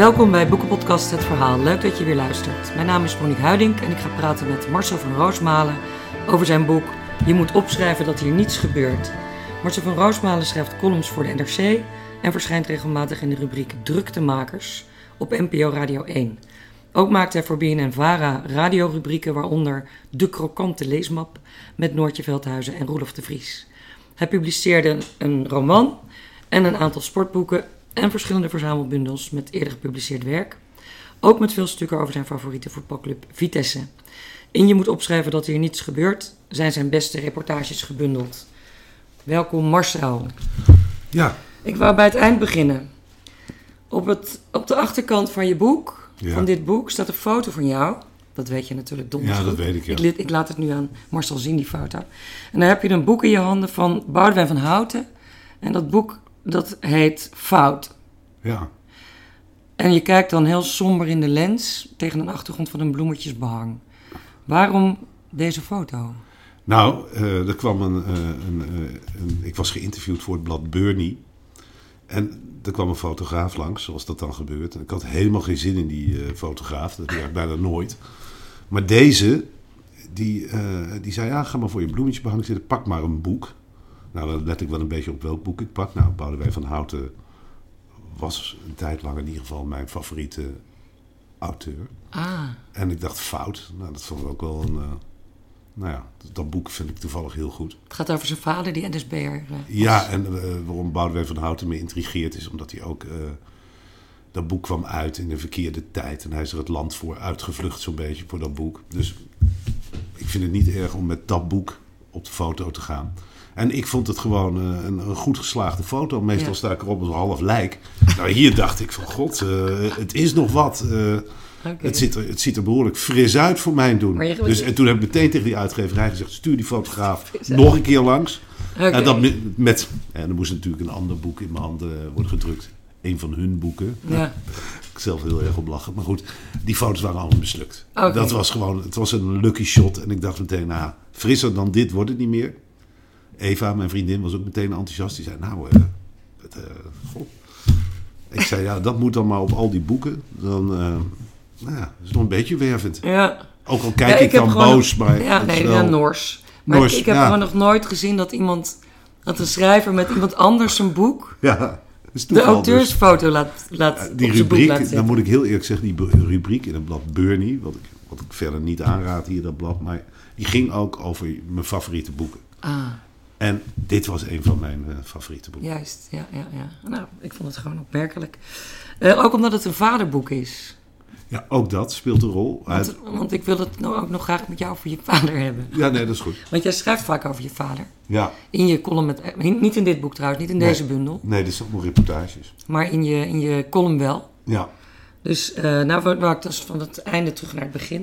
Welkom bij Boekenpodcast Het Verhaal. Leuk dat je weer luistert. Mijn naam is Monique Huiding en ik ga praten met Marcel van Roosmalen over zijn boek Je moet opschrijven dat hier niets gebeurt. Marcel van Roosmalen schrijft columns voor de NRC en verschijnt regelmatig in de rubriek Druktemakers op NPO Radio 1. Ook maakt hij voor BNN-Vara radiorubrieken, waaronder De Krokante Leesmap met Noortje Veldhuizen en Roelof de Vries. Hij publiceerde een roman en een aantal sportboeken en verschillende verzamelbundels met eerder gepubliceerd werk. Ook met veel stukken over zijn favoriete voetbalclub Vitesse. In Je moet opschrijven dat hier niets gebeurt zijn zijn beste reportages gebundeld. Welkom Marcel. Ja. Ik wou bij het eind beginnen. Op de achterkant van je boek, van dit boek, staat een foto van jou. Dat weet je natuurlijk donders goed. Ja, dat weet ik, ja. Ik laat het nu aan Marcel zien, die foto. En daar heb je een boek in je handen van Boudewijn van Houten. En dat boek, dat heet Fout. Ja. En je kijkt dan heel somber in de lens tegen een achtergrond van een bloemetjesbehang. Waarom deze foto? Nou, er kwam ik was geïnterviewd voor het blad Burnie. En er kwam een fotograaf langs, zoals dat dan gebeurt. En ik had helemaal geen zin in die fotograaf. Dat doe ik bijna nooit. Maar deze, die zei, ja, ga maar voor je bloemetjesbehang zitten. Pak maar een boek. Nou, dan let ik wel een beetje op welk boek ik pak. Nou, Boudewijn van Houten was een tijd lang in ieder geval mijn favoriete auteur. Ah. En ik dacht, Fout. Nou, dat vond ik ook wel een... dat boek vind ik toevallig heel goed. Het gaat over zijn vader, die NSB'er was. Ja, en waarom Boudewijn van Houten me intrigeert is omdat hij ook... dat boek kwam uit in de verkeerde tijd. En hij is er het land voor uitgevlucht zo'n beetje voor dat boek. Dus ik vind het niet erg om met dat boek op de foto te gaan. En ik vond het gewoon een goed geslaagde foto. Meestal sta ik erop als een half lijk. Nou, hier dacht ik van god, het is nog wat. Okay. Het ziet er behoorlijk fris uit voor mijn doen. En toen heb ik meteen tegen die uitgeverij gezegd, stuur die fotograaf nog een keer langs. Okay. En er moest natuurlijk een ander boek in mijn handen worden gedrukt. Een van hun boeken. Ja. Ik zelf heel erg op lachen. Maar goed, die foto's waren allemaal mislukt. Okay. Dat was gewoon, het was een lucky shot. En ik dacht meteen, nou, frisser dan dit wordt het niet meer. Eva, mijn vriendin, was ook meteen enthousiast. Die zei, ik zei, ja, dat moet dan maar op al die boeken. Dan, dat is nog een beetje wervend. Ja. Ook al kijk ik dan boos, maar... Ja, Noors. Maar ik heb gewoon nog nooit gezien dat een schrijver met iemand anders zijn boek... Ja, de auteursfoto laat die rubriek, dan moet ik heel eerlijk zeggen, die rubriek in het blad Burnie, wat ik verder niet aanraad hier, dat blad, maar die ging ook over mijn favoriete boeken. Ah. En dit was een van mijn favoriete boeken. Juist, ja. Nou, ik vond het gewoon opmerkelijk. Ook omdat het een vaderboek is. Ja, ook dat speelt een rol. Want ik wil het ook nog graag met jou over je vader hebben. Ja, nee, dat is goed. Want jij schrijft vaak over je vader. Ja. In je column, niet in dit boek trouwens, niet in deze bundel. Nee, dit zijn allemaal reportages. Maar in je column wel. Ja. Dus wou ik dus van het einde terug naar het begin.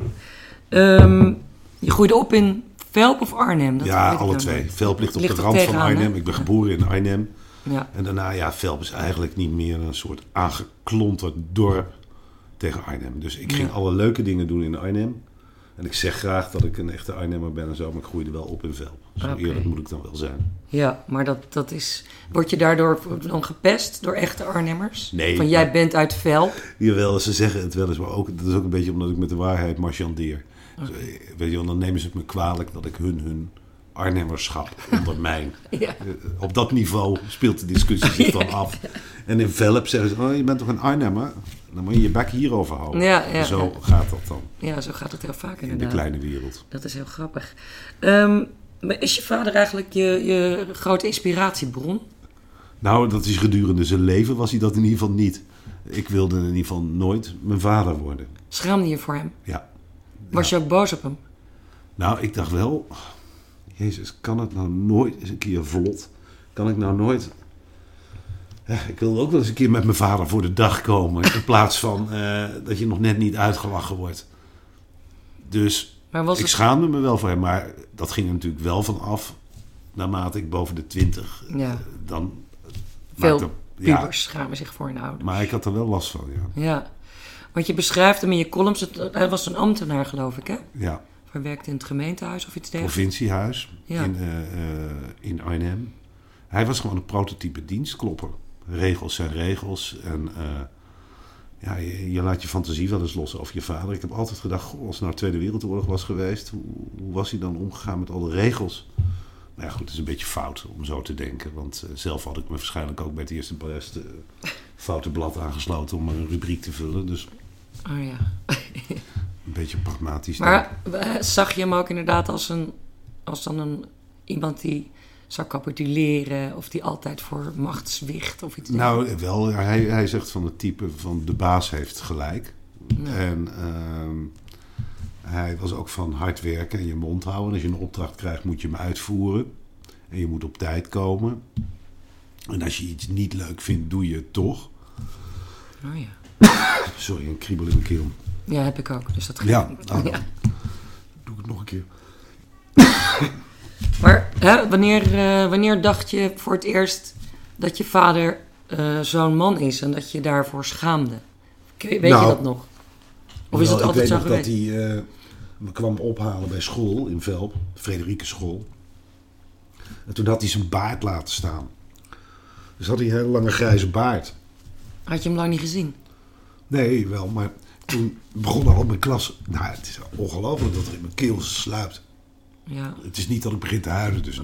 Je groeide op in Velp of Arnhem? Ja, alle twee. Velp ligt op de rand van Arnhem. Hè? Ik ben geboren in Arnhem. Ja. En daarna, Velp is eigenlijk niet meer een soort aangeklonterd dorp tegen Arnhem. Dus ik ging alle leuke dingen doen in Arnhem. En ik zeg graag dat ik een echte Arnhemmer ben en zo, maar ik groeide wel op in Velp. Zo eerlijk moet ik dan wel zijn. Ja, maar dat is... Word je daardoor dan gepest door echte Arnhemmers? Nee. Van jij bent uit Velp? Jawel, ze zeggen het wel eens, maar dat is ook een beetje omdat ik met de waarheid marchandeer. Okay. Dus, weet je wel, dan nemen ze het me kwalijk dat ik hun Arnhemmerschap ondermijn. Ja. Op dat niveau speelt de discussie zich dan af. En in Velp zeggen ze, je bent toch een Arnhemmer? Dan moet je je bek hierover houden. Ja, zo gaat dat dan. Ja, zo gaat het heel vaak inderdaad. In de kleine wereld. Dat is heel grappig. Maar is je vader eigenlijk je grote inspiratiebron? Nou, dat is gedurende zijn leven was hij dat in ieder geval niet. Ik wilde in ieder geval nooit mijn vader worden. Schaamde je voor hem? Ja. Was je ook boos op hem? Nou, ik dacht wel... Jezus, kan het nou nooit eens een keer vlot? Kan ik nou nooit... ik wil ook wel eens een keer met mijn vader voor de dag komen. In plaats van dat je nog net niet uitgelachen wordt. Dus ik schaamde me wel voor hem. Maar dat ging er natuurlijk wel van af. Naarmate ik boven de 20... dan veel pubers schamen zich voor hun ouders. Maar ik had er wel last van, Ja. Want je beschrijft hem in je columns. Hij was een ambtenaar, geloof ik, hè? Ja. Hij werkte in het gemeentehuis of iets dergelijks. Provinciehuis in Arnhem. Hij was gewoon een prototype dienstklopper. Regels zijn regels. En Ja, je laat je fantasie wel eens los over je vader. Ik heb altijd gedacht, goh, als het nou de Tweede Wereldoorlog was geweest, hoe was hij dan omgegaan met alle regels? Maar ja, goed, het is een beetje fout om zo te denken. Want zelf had ik me waarschijnlijk ook bij het eerste beste foute blad aangesloten om een rubriek te vullen. Dus Oh ja. een beetje pragmatisch. Maar zag je hem ook inderdaad als dan iemand die zou capituleren of die altijd voor macht zwicht of iets? Nou, wel. Hij zegt van het type van de baas heeft gelijk. Ja. En hij was ook van hard werken en je mond houden. Als je een opdracht krijgt, moet je hem uitvoeren. En je moet op tijd komen. En als je iets niet leuk vindt, doe je het toch. Oh ja. Sorry, een kriebel in mijn keel. Ja, heb ik ook. Dus dat ja, nou, ja. Doe ik het nog een keer. Maar wanneer dacht je voor het eerst dat je vader zo'n man is en dat je daarvoor schaamde? Weet je dat nog? Of is het altijd zo geweest? Ik weet nog dat hij me kwam ophalen bij school in Velp, Frederike School. En toen had hij zijn baard laten staan. Dus had hij een hele lange grijze baard. Had je hem lang niet gezien? Nee, wel, maar toen begon al mijn klas. Nou, het is ongelooflijk dat er in mijn keel sluipt. Ja. Het is niet dat ik begin te huilen, dus.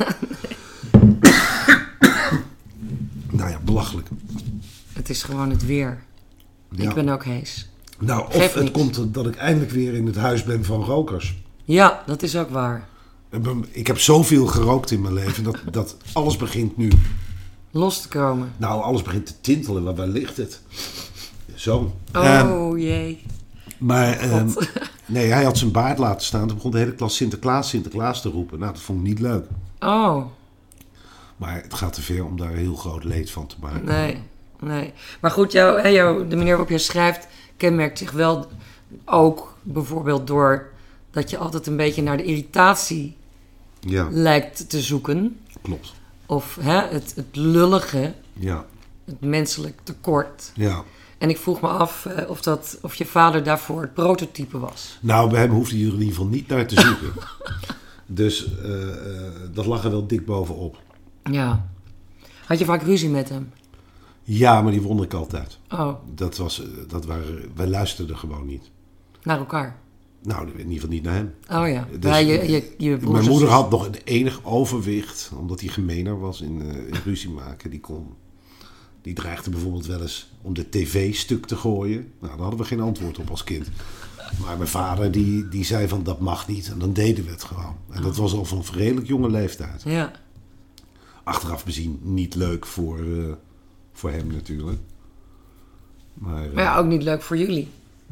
Nou ja, belachelijk. Het is gewoon het weer. Ja. Ik ben ook hees. Nou, of het komt dat ik eindelijk weer in het huis ben van rokers. Ja, dat is ook waar. Ik heb zoveel gerookt in mijn leven dat alles begint nu los te komen. Nou, alles begint te tintelen. Waar ligt het? Zo. Oh jee. Maar nee, hij had zijn baard laten staan. Toen begon de hele klas Sinterklaas, Sinterklaas te roepen. Nou, dat vond ik niet leuk. Oh. Maar het gaat te ver om daar een heel groot leed van te maken. Nee. Maar goed, de manier waarop je schrijft kenmerkt zich wel ook bijvoorbeeld door dat je altijd een beetje naar de irritatie lijkt te zoeken. Klopt. Of het lullige, het menselijk tekort. Ja. En ik vroeg me af of je vader daarvoor het prototype was. Nou, bij hem hoefde je er in ieder geval niet naar te zoeken. Dus dat lag er wel dik bovenop. Ja. Had je vaak ruzie met hem? Ja, maar die won ik altijd. Oh. Wij luisterden gewoon niet. Naar elkaar? Nou, in ieder geval niet naar hem. Oh ja. Dus, je mijn moeder had nog een enig overwicht, omdat hij gemener was in ruzie maken. Die dreigde bijvoorbeeld wel eens om de tv stuk te gooien. Nou, daar hadden we geen antwoord op als kind. Maar mijn vader die zei van dat mag niet. En dan deden we het gewoon. En dat was al van een redelijk jonge leeftijd. Ja. Achteraf bezien niet leuk voor hem natuurlijk. Maar ja, ook niet leuk voor jullie.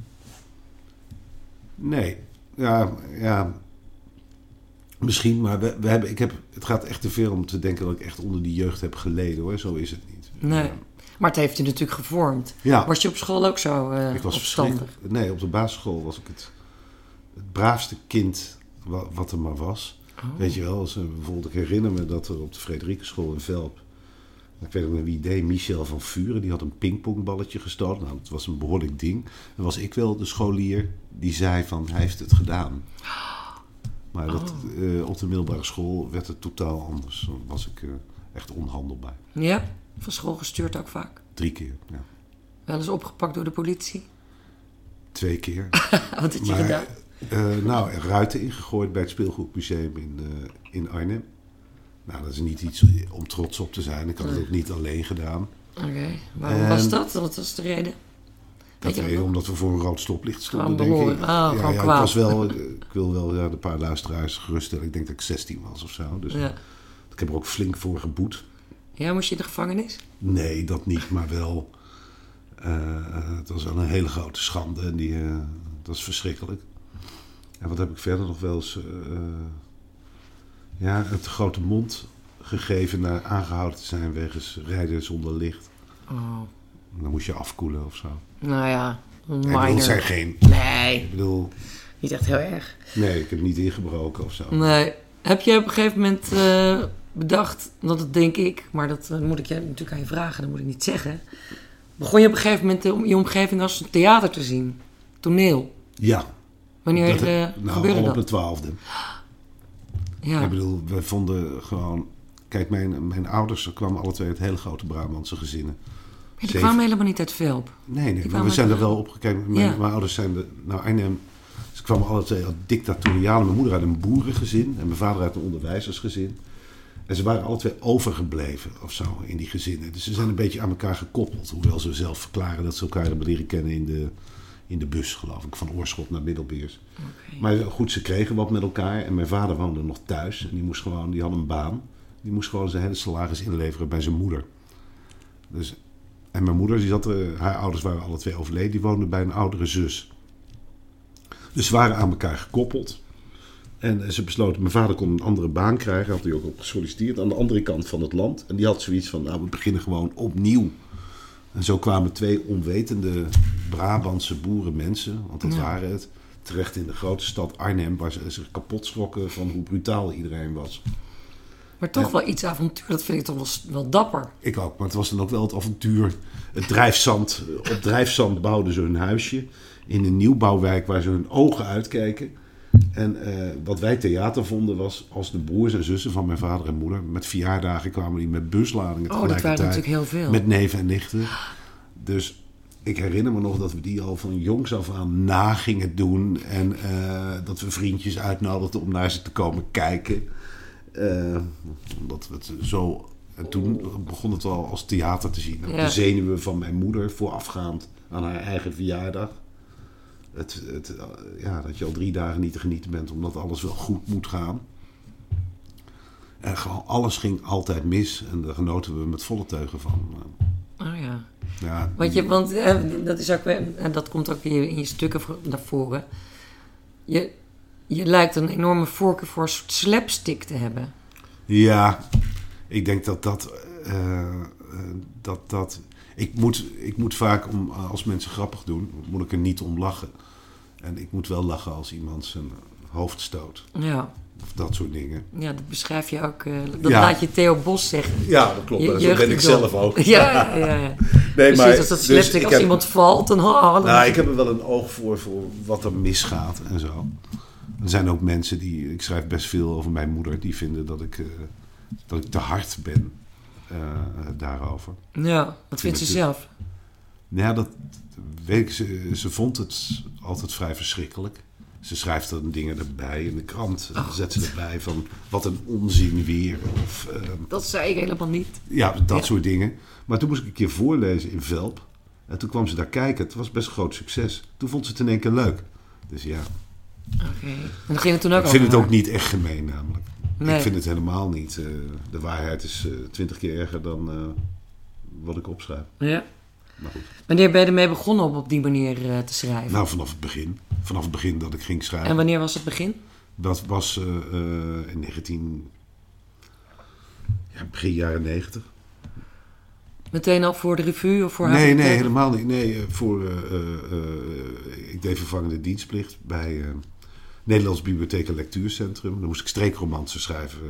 Nee. Ja. Misschien, maar het gaat echt te ver om te denken dat ik echt onder die jeugd heb geleden, hoor. Zo is het niet. Nee. Maar het heeft je natuurlijk gevormd. Ja. Was je op school ook zo ik was opstandig? Nee, op de basisschool was ik het braafste kind wat er maar was. Oh. Weet je wel, bijvoorbeeld ik herinner me dat er op de Frederike School in Velp, ik weet niet meer wie deed, Michel van Vuren, die had een pingpongballetje gestolen. Nou, dat was een behoorlijk ding. Dan was ik wel de scholier die zei van, hij heeft het gedaan. Maar op de middelbare school werd het totaal anders. Dan was ik echt onhandelbaar. Ja? Van school gestuurd ook vaak? 3 keer, ja. Wel eens opgepakt door de politie? 2 keer. Wat had je gedaan? Ruiten ingegooid bij het Speelgoedmuseum in Arnhem. Nou, dat is niet iets om trots op te zijn. Ik had het ook niet alleen gedaan. Oké. Waarom was dat? Wat was de reden? Dat reden omdat we voor een rood stoplicht stonden, denk ik. Gewoon kwaad. Ik wil wel een paar luisteraars geruststellen. Ik denk dat ik 16 was of zo. Dus ik heb er ook flink voor geboet. Ja, moest je in de gevangenis? Nee, dat niet, maar wel. Het was wel een hele grote schande. En dat is verschrikkelijk. En wat heb ik verder nog wel eens... het grote mond gegeven naar aangehouden te zijn wegens rijden zonder licht. Oh. Dan moest je afkoelen of zo. Nou ja, minor. Dat zijn geen... Nee. Ik bedoel... Niet echt heel erg. Nee, ik heb niet ingebroken of zo. Nee. Heb je op een gegeven moment bedacht, dat het denk ik, maar dat moet ik je natuurlijk aan je vragen, dat moet ik niet zeggen. Begon je op een gegeven moment je omgeving als een theater te zien? Toneel? Ja. Wanneer gebeurde dat? Op de 12e. Ja. Ik bedoel, we vonden gewoon... Kijk, mijn ouders kwamen alle twee uit hele grote Brabantse gezinnen. Ja, die kwamen helemaal niet uit Velp. Nee, maar we zijn er wel opgekeken. Mijn ouders zijn naar Arnhem. Ze kwamen alle twee uit dictatoriaal. Mijn moeder uit een boerengezin en mijn vader uit een onderwijzersgezin. En ze waren alle twee overgebleven of zo in die gezinnen. Dus ze zijn een beetje aan elkaar gekoppeld. Hoewel ze zelf verklaren dat ze elkaar hebben leren kennen in de bus, geloof ik. Van Oorschot naar Middelbeers. Okay. Maar goed, ze kregen wat met elkaar. En mijn vader woonde nog thuis. En die had een baan. Die moest gewoon zijn hele salaris inleveren bij zijn moeder. Dus, en mijn moeder, haar ouders waren alle twee overleden. Die woonde bij een oudere zus. Dus ze waren aan elkaar gekoppeld. En ze besloten, mijn vader kon een andere baan krijgen. Had hij ook op gesolliciteerd aan de andere kant van het land. En die had zoiets van, we beginnen gewoon opnieuw. En zo kwamen 2 onwetende Brabantse boerenmensen, want dat waren het, terecht in de grote stad Arnhem, waar ze zich kapot schrokken van hoe brutaal iedereen was. Maar toch wel iets avontuur, dat vind ik toch wel dapper. Ik ook, maar het was dan ook wel het avontuur. Het drijfzand, op drijfzand bouwden ze hun huisje in een nieuwbouwwijk waar ze hun ogen uitkeken. En wat wij theater vonden was, als de broers en zussen van mijn vader en moeder met verjaardagen kwamen die met busladingen tegelijkertijd. Dat waren natuurlijk heel veel. Met neven en nichten. Dus ik herinner me nog dat we die al van jongs af aan na gingen doen. En dat we vriendjes uitnodigden om naar ze te komen kijken. Omdat we het zo... En toen begon het al als theater te zien. De zenuwen van mijn moeder voorafgaand aan haar eigen verjaardag. Dat je al 3 dagen niet te genieten bent, omdat alles wel goed moet gaan. En gewoon alles ging altijd mis. En daar genoten we met volle teugen van. Oh ja. Ja, want dat is ook weer, en dat komt ook in je stukken naar voren. Je lijkt een enorme voorkeur voor een soort slapstick te hebben. Ja, ik denk dat ik moet vaak, als mensen grappig doen, moet ik er niet om lachen. En ik moet wel lachen als iemand zijn hoofd stoot. Ja. Of dat soort dingen. Ja, dat beschrijf je ook. Laat je Theo Bos zeggen. Ja, dat klopt. Zo ben ik zelf ook. Ja. Nee, precies, maar, als dat slapstick, dus als iemand valt, dan... ik heb er wel een oog voor wat er misgaat en zo. Er zijn ook mensen ik schrijf best veel over mijn moeder, die vinden dat ik te hard ben daarover. Ja, wat vindt ze zelf? Ja, dat weet ik. Ze vond het altijd vrij verschrikkelijk. Ze schrijft er dingen erbij in de krant. Zet ze erbij van wat een onzin weer. Dat zei ik helemaal niet. Ja, dat soort dingen. Maar toen moest ik een keer voorlezen in Velp. En toen kwam ze daar kijken. Het was best een groot succes. Toen vond ze het in één keer leuk. Dus ja. Oké. En dan ging het toen ook over. Ik vind het ook niet echt gemeen namelijk. Nee. Ik vind het helemaal niet. De waarheid is 20 keer erger dan wat ik opschrijf. Ja. Wanneer ben je ermee begonnen om op die manier te schrijven? Nou, vanaf het begin. Vanaf het begin dat ik ging schrijven. En wanneer was het begin? Dat was in begin jaren 90. Meteen al voor de revue of voor haar? Nee, helemaal niet. Nee, ik deed vervangende dienstplicht bij Nederlands Bibliotheek en Lectuurcentrum. Dan moest ik streekromansen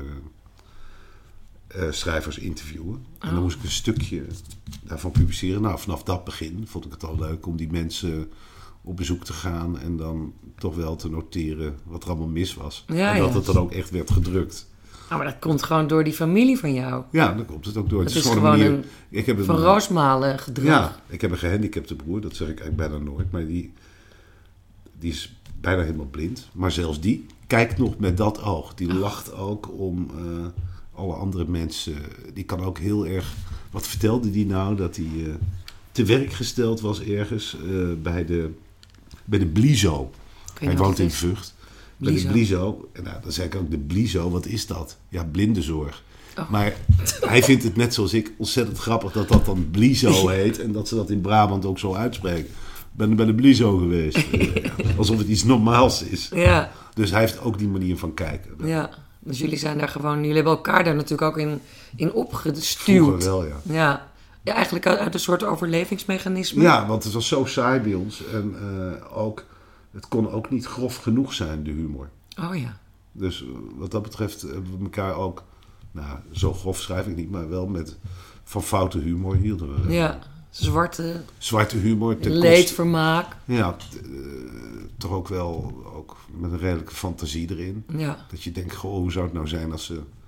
schrijvers interviewen. En dan moest ik een stukje daarvan publiceren. Nou, vanaf dat begin vond ik het al leuk om die mensen op bezoek te gaan en dan toch wel te noteren wat er allemaal mis was. En dat het dan ook echt werd gedrukt. Maar dat komt gewoon door die familie van jou. Ja, dan komt het ook door. Het is gewoon een van Roosmalen gedrag. Ja, ik heb een gehandicapte broer, dat zeg ik eigenlijk bijna nooit. Maar die is bijna helemaal blind. Maar zelfs die kijkt nog met dat oog. Die lacht ook om alle andere mensen. Die kan ook heel erg... Wat vertelde die nou? Dat hij te werk gesteld was ergens bij de Blizo. Hij woont in Vught. Bij de Blizo. En dan zei ik ook, de Blizo, wat is dat? Ja, blindenzorg. Maar hij vindt het net zoals ik ontzettend grappig dat dat dan Blizo heet. En dat ze dat in Brabant ook zo uitspreken. Ik ben bij de Blizo geweest. Alsof het iets normaals is. Ja. Dus hij heeft ook die manier van kijken. Ja, dus jullie zijn daar gewoon... Jullie hebben elkaar daar natuurlijk ook in opgestuwd. Vroeger wel, ja. Ja, eigenlijk uit een soort overlevingsmechanisme. Ja, want het was zo saai bij ons. En ook... Het kon ook niet grof genoeg zijn, de humor. Oh ja. Dus wat dat betreft hebben we elkaar ook... Nou, zo grof schrijf ik niet, maar wel van foute humor hielden we. Ja, zwarte humor. Leedvermaak. Ja, toch ook wel met een redelijke fantasie erin. Ja. Dat je denkt, goh, hoe zou het nou zijn als ze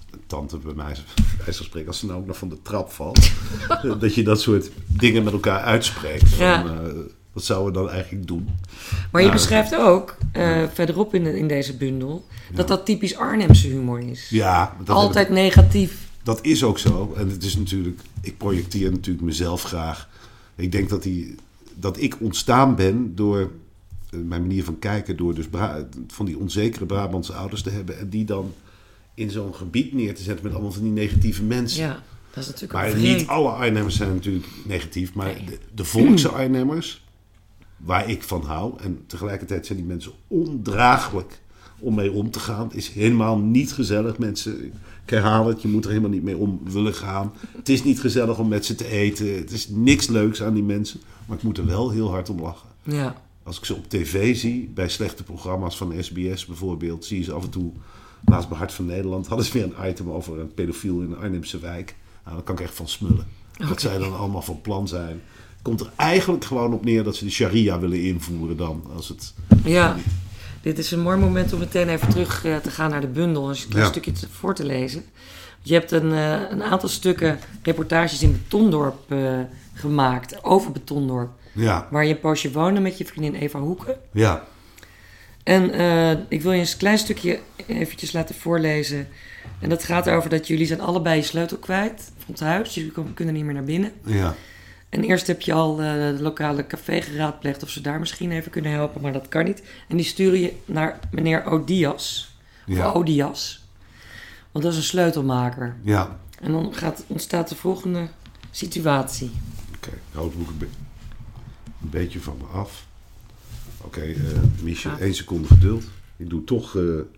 tante bij mij van spreken, als ze nou ook nog van de trap valt, dat je dat soort dingen met elkaar uitspreekt. Wat zouden we dan eigenlijk doen? Maar je beschrijft ook, verderop in deze bundel, dat typisch Arnhemse humor is. Ja. Altijd negatief. Dat is ook zo. En het is natuurlijk, ik projecteer natuurlijk mezelf graag. Ik denk dat ik ontstaan ben door mijn manier van kijken, door dus van die onzekere Brabantse ouders te hebben en die dan in zo'n gebied neer te zetten met allemaal van die negatieve mensen. Ja, dat is natuurlijk maar niet alle Arnhemmers zijn natuurlijk negatief, maar de volkse Arnhemmers, waar ik van hou, en tegelijkertijd zijn die mensen ondraaglijk om mee om te gaan. Het is helemaal niet gezellig, mensen. Ik herhaal het, je moet er helemaal niet mee om willen gaan. Het is niet gezellig om met ze te eten. Het is niks leuks aan die mensen, maar ik moet er wel heel hard om lachen. Ja. Als ik ze op tv zie, bij slechte programma's van SBS bijvoorbeeld, zie je ze af en toe. Laatst bij Hart van Nederland hadden ze weer een item over een pedofiel in een Arnhemse wijk. Nou, daar kan ik echt van smullen. Okay. Dat zij dan allemaal van plan zijn. Komt er eigenlijk gewoon op neer dat ze de sharia willen invoeren dan. Als het... Ja, dit is een mooi moment om meteen even terug te gaan naar de bundel. Dus een stukje voor te lezen. Je hebt een aantal stukken reportages in Betondorp gemaakt. Over Betondorp. Ja. Waar je een poosje woonde met je vriendin Eva Hoeken. Ja. En ik wil je een klein stukje eventjes laten voorlezen. En dat gaat over dat jullie zijn allebei je sleutel kwijt van het huis. Jullie kunnen niet meer naar binnen. Ja. En eerst heb je al de lokale café geraadpleegd of ze daar misschien even kunnen helpen, maar dat kan niet. En die sturen je naar meneer Odias. Of Odias. Want dat is een sleutelmaker. Ja. En dan ontstaat de volgende situatie. Oké, ik hou het boek een beetje van me af. Oké, Miesje, 1 seconde geduld. Ik doe toch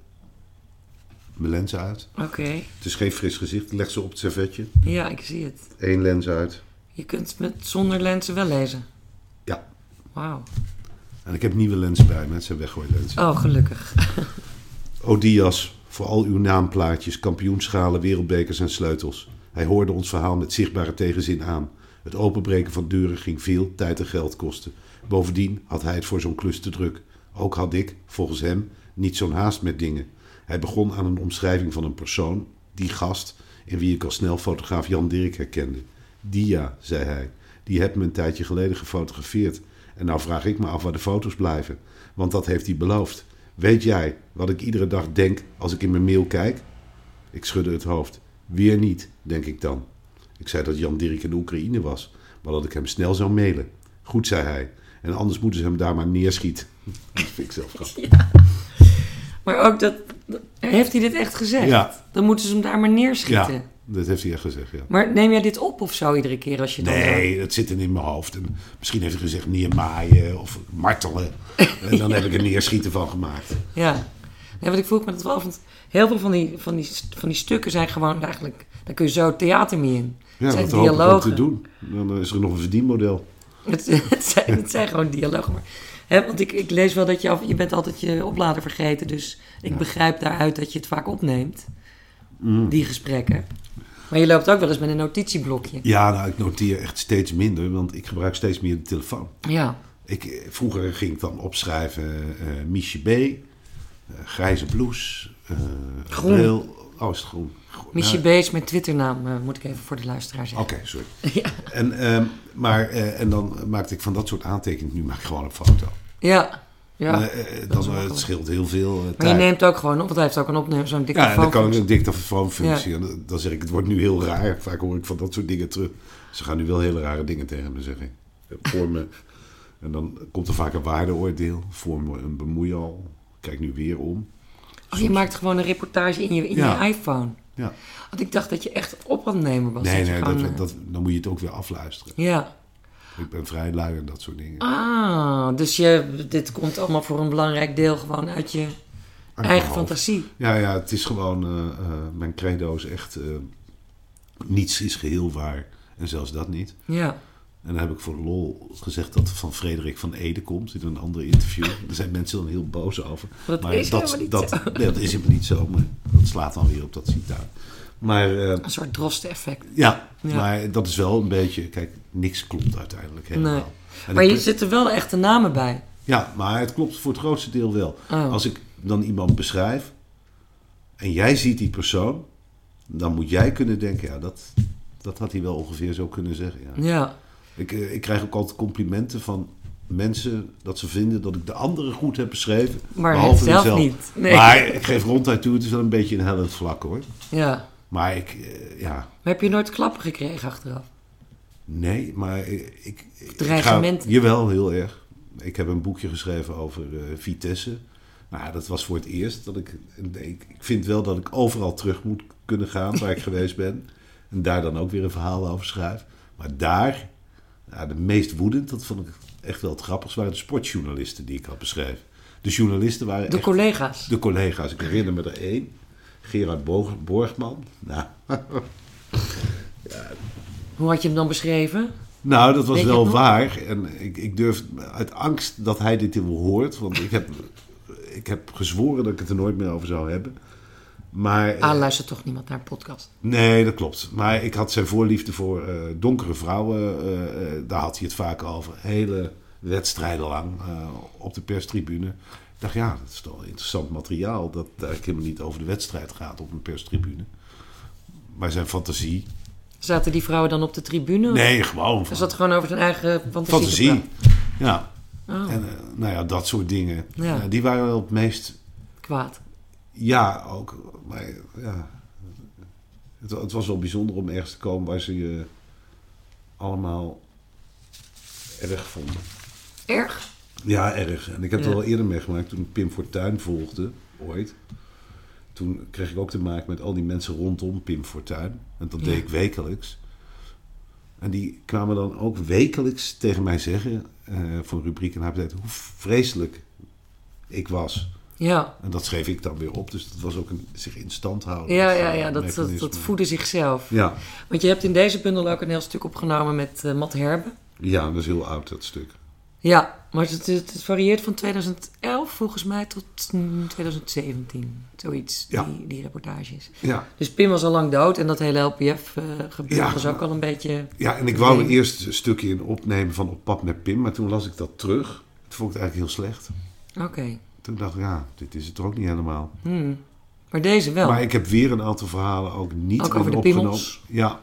mijn lens uit. Oké. Het is geen fris gezicht. Ik leg ze op het servetje. Ja, ik zie het. 1 lens uit. Je kunt zonder lenzen wel lezen? Ja. Wauw. En ik heb nieuwe lenzen bij me. Het zijn weggooilenzen. Oh, gelukkig. Odias, voor al uw naamplaatjes, kampioenschalen, wereldbekers en sleutels. Hij hoorde ons verhaal met zichtbare tegenzin aan. Het openbreken van deuren ging veel tijd en geld kosten. Bovendien had hij het voor zo'n klus te druk. Ook had ik, volgens hem, niet zo'n haast met dingen. Hij begon aan een omschrijving van een persoon, die gast, in wie ik al snel fotograaf Jan Dirk herkende. Die zei hij, die heeft me een tijdje geleden gefotografeerd. En nou vraag ik me af waar de foto's blijven. Want dat heeft hij beloofd. Weet jij wat ik iedere dag denk als ik in mijn mail kijk? Ik schudde het hoofd. Weer niet, denk ik dan. Ik zei dat Jan Dirk in de Oekraïne was, maar dat ik hem snel zou mailen. Goed, zei hij. En anders moeten ze hem daar maar neerschieten. Dat vind ik zelf grappig. Ja. Maar ook heeft hij dit echt gezegd? Ja. Dan moeten ze hem daar maar neerschieten. Ja, dat heeft hij echt gezegd, ja. Maar neem jij dit op of zo iedere keer als je dan... Nee, dat zit in mijn hoofd. En misschien heeft hij gezegd neermaaien of martelen. En dan heb ik er neerschieten van gemaakt. Ja. Nee, want ik vroeg me dat wel. Want heel veel van die stukken zijn gewoon eigenlijk... Daar kun je zo theater mee in. Ja, dat hoop ik ook te doen. Dan is er nog een verdienmodel. Het zijn gewoon dialogen. Maar, want ik lees wel dat je bent altijd je oplader vergeten. Dus ik begrijp daaruit dat je het vaak opneemt. Die gesprekken. Maar je loopt ook wel eens met een notitieblokje. Ja, nou, ik noteer echt steeds minder. Want ik gebruik steeds meer de telefoon. Ja. Vroeger ging ik dan opschrijven Miesje B. Grijze blouse. Groen. Bril. Oh, is het groen? Miesje B is mijn Twitternaam, moet ik even voor de luisteraar zeggen. Oké, sorry. Ja. En dan maakte ik van dat soort aantekeningen. Nu maak ik gewoon een foto. Ja. Het scheelt heel veel tijd. Maar je neemt ook gewoon op, want hij heeft ook een opnemen, zo'n dictafoon. Ja, dan kan ik een dictafoonfunctie. Ja. En dan zeg ik, het wordt nu heel raar. Vaak hoor ik van dat soort dingen terug. Ze gaan nu wel hele rare dingen tegen me zeggen. Voor me. En dan komt er vaak een waardeoordeel. Voor me een bemoeial. Kijk nu weer om. Oh, je maakt gewoon een reportage in je iPhone. Ja. Want ik dacht dat je echt op aan het nemen was. Nee, dan moet je het ook weer afluisteren. Ja. Ik ben vrij lui en dat soort dingen. Ah, dus dit komt allemaal voor een belangrijk deel gewoon uit je eigen fantasie. Ja, het is gewoon... mijn credo is echt... niets is geheel waar. En zelfs dat niet. Ja. En dan heb ik voor lol gezegd dat het van Frederik van Ede komt. In een ander interview. Daar zijn mensen dan heel boos over. Dat is helemaal niet zo. Nee, dat is helemaal niet zo. Maar dat slaat dan weer op dat citaat. Maar, een soort drosten-effect. Ja, maar dat is wel een beetje... Kijk, niks klopt uiteindelijk helemaal. Nee. Maar je zit er wel echte namen bij. Ja, maar het klopt voor het grootste deel wel. Oh. Als ik dan iemand beschrijf... en jij ziet die persoon... dan moet jij kunnen denken... Ja, dat had hij wel ongeveer zo kunnen zeggen. Ja. Ja. Ik krijg ook altijd complimenten van mensen... dat ze vinden dat ik de anderen goed heb beschreven. Maar behalve zelf mezelf. niet. Nee. Maar ik geef ronduit toe, het is wel een beetje een hellend vlak, hoor. Ja. Maar Maar heb je nooit klappen gekregen achteraf? Nee, maar ik Dreigementen? Jawel, heel erg. Ik heb een boekje geschreven over Vitesse. Nou, dat was voor het eerst dat ik vind wel dat ik overal terug moet kunnen gaan waar ik geweest ben. En daar dan ook weer een verhaal over schrijf. Maar daar, de meest woedend, dat vond ik echt wel het grappigste, waren de sportjournalisten die ik had beschreven. De journalisten waren De collega's? De collega's. Ik herinner me er één. Gerard Borgman. Nou, Hoe had je hem dan beschreven? Nou, dat was Weet je wel het nog? waar. En ik durf uit angst dat hij dit hoort. Want ik heb gezworen dat ik het er nooit meer over zou hebben. Maar, Luistert toch niemand naar een podcast? Nee, dat klopt. Maar ik had zijn voorliefde voor donkere vrouwen. Daar had hij het vaak over. Hele wedstrijden lang op de perstribune. Ik dacht, ja, dat is toch interessant materiaal. Dat eigenlijk helemaal niet over de wedstrijd gaat op een perstribune. Maar zijn fantasie... Zaten die vrouwen dan op de tribune? Nee, gewoon. Is dat gewoon over zijn eigen fantasie? Fantasie, ja. Oh. En nou ja, dat soort dingen. Ja. Die waren wel het meest... Kwaad. Ja, ook. Maar ja, het was wel bijzonder om ergens te komen waar ze je allemaal erg vonden. Erg? Ja, erg. En ik heb het wel eerder meegemaakt toen ik Pim Fortuyn volgde, ooit. Toen kreeg ik ook te maken met al die mensen rondom Pim Fortuyn. En dat deed ik wekelijks. En die kwamen dan ook wekelijks tegen mij zeggen, voor een rubriek in HPT, hoe vreselijk ik was. Ja. En dat schreef ik dan weer op. Dus dat was ook een zich in stand houden. Ja, dat voedde zichzelf. Ja. Want je hebt in deze bundel ook een heel stuk opgenomen met Matt Herbe. Ja, dat is heel oud, dat stuk. Ja, maar het varieert van 2011 volgens mij tot 2017. Zoiets, Ja. die reportages. Ja. Dus Pim was al lang dood en dat hele LPF-gebeuren was ook al een beetje... Ja, en ik wou er eerst een stukje in opnemen van Op pad met Pim. Maar toen las ik dat terug. Toen vond ik het eigenlijk heel slecht. Oké. Toen dacht ik, ja, dit is het er ook niet helemaal. Maar deze wel. Maar ik heb weer een aantal verhalen ook niet Ook over de opgenomen. piemels? Ja,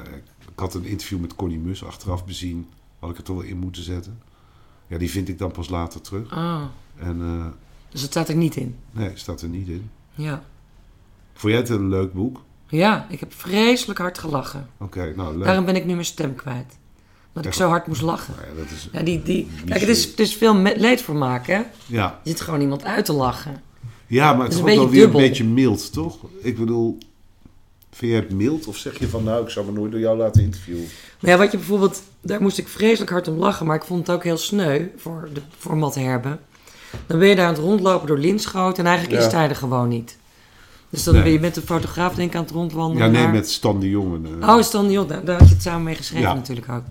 ik had een interview met Connie Mus achteraf bezien. Had ik er toch wel in moeten zetten. Ja, die vind ik dan pas later terug. Ah, En, dus dat staat er niet in. nee, staat er niet in. Ja. Vond jij het een leuk boek? Ja, ik heb vreselijk hard gelachen. Oké, nou leuk. Daarom ben ik nu mijn stem kwijt. Dat ik zo hard moest lachen. Nou ja, dat is, Ja, kijk, het is veel leedvermaak, hè? ja. Je zit gewoon iemand uit te lachen. Ja, maar het is is een ook wel beetje weer dubbel. een beetje mild, toch? Ik bedoel, vind je het mild? Of zeg je van, nou, ik zou me nooit door jou laten interviewen? Maar ja, wat je bijvoorbeeld... Daar moest ik vreselijk hard om lachen. Maar ik vond het ook heel sneu voor Matt Herbe. Dan ben je daar aan het rondlopen door Linschoten. En eigenlijk is hij er gewoon niet. Dus dan ben je met de fotograaf denk ik aan het rondwandelen. Ja, nee, naar... met Stan de Jonge. Stan de Jong, daar had je het samen mee geschreven Ja. natuurlijk ook.